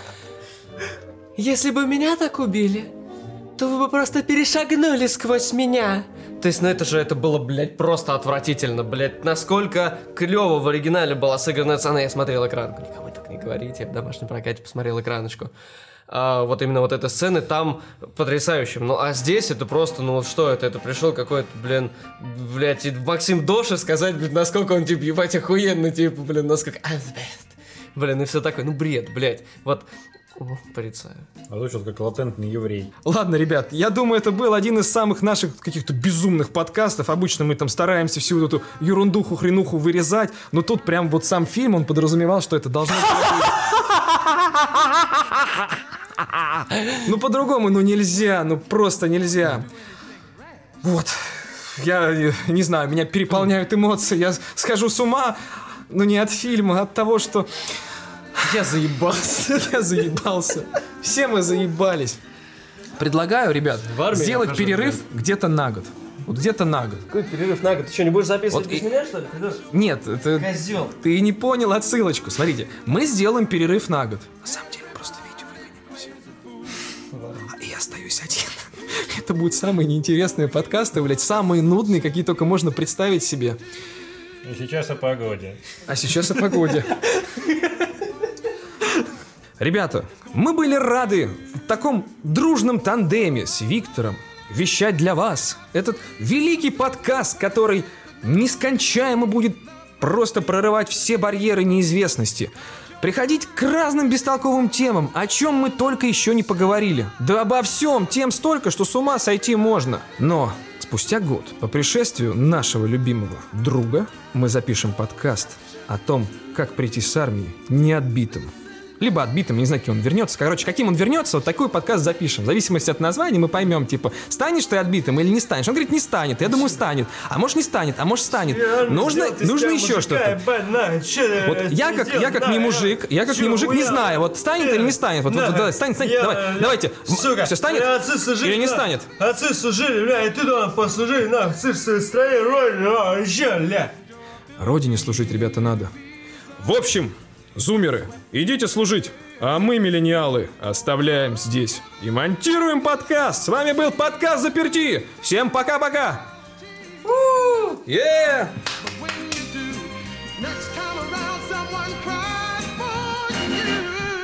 Если бы меня так убили, то вы бы просто перешагнули сквозь меня. То есть, ну это было, блядь, просто отвратительно, блядь. Насколько клево в оригинале была сыграна сцена, я смотрел экранку. Никому так не говорите, я в домашнем прокате посмотрел экраночку. Вот именно вот эта сцена там потрясающая. Ну а здесь это просто, ну вот что это? Это пришел какой-то, блядь, и Максим Доша сказать, блядь, насколько он, типа, ебать, охуенный, типа, блин, насколько... Блин, и все такое, ну бред, блядь. Вот, порицаю. Озвучил как латентный еврей. Ладно, ребят, я думаю, это был один из самых наших каких-то безумных подкастов. Обычно мы там стараемся всю вот эту ерундуху, хренуху вырезать, но тут прям вот сам фильм, он подразумевал, что это должно быть... Ну, по-другому, ну нельзя, ну просто нельзя. Вот. Я не знаю, меня переполняют эмоции, я схожу с ума, но не от фильма, а от того, что... Я заебался. Я заебался. Все мы заебались. Предлагаю, ребят, В армии сделать я хожу, перерыв где-то на год. Вот где-то на год. Какой перерыв на год? Ты что, не будешь записывать Вот без и- меня, что ли? Нет, это... Козёл. Ты не понял отсылочку. Смотрите, мы сделаем перерыв на год. На самом деле, просто Витю выгоним и все. И я остаюсь один. Это будут самые неинтересные подкасты, блядь, самые нудные, какие только можно представить себе. И сейчас о погоде. А сейчас о погоде. Ребята, мы были рады в таком дружном тандеме с Виктором вещать для вас этот великий подкаст, который нескончаемо будет просто прорывать все барьеры неизвестности. Приходить к разным бестолковым темам, о чем мы только еще не поговорили. Да обо всем, тем столько, что с ума сойти можно. Но спустя год, по пришествию нашего любимого друга, мы запишем подкаст о том, как прийти с армии неотбитым. Либо отбитым, не знаю, каким он вернется. Короче, каким он вернется, вот такой подкаст запишем. В зависимости от названия мы поймем, типа, станешь ты отбитым или не станешь. Он говорит, не станет. Я думаю, станет. А может, не станет, а может, станет. Нужно еще что-то. Вот я как не мужик, не знаю, вот станет или не станет. Вот давай, станет, давайте. Все станет или не станет? Отцы служили, бля, и ты там послужили, нахуй, царь стране, родине, вообще, бля. Родине служить, ребята, надо. В общем, зумеры, идите служить, а мы, миллениалы, оставляем здесь и монтируем подкаст. С вами был подкаст «Заперти». Всем пока-пока. Yeah! Next time around, someone cries for you.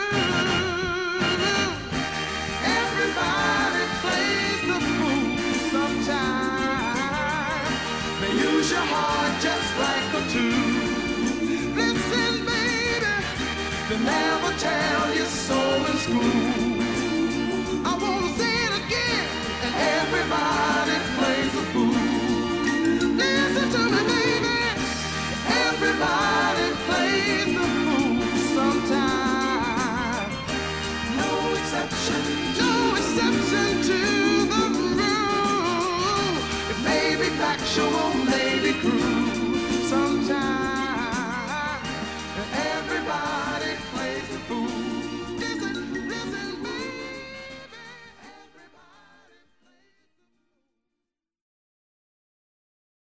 Everybody plays the fool sometimes. They use your heart just like a tool. Listen, baby, they never tell you so in school. I wanna say it again, and everybody plays the fool. Listen to me, baby, everybody plays the fool sometimes. No exception to the rule. It may be factual, may be cruel.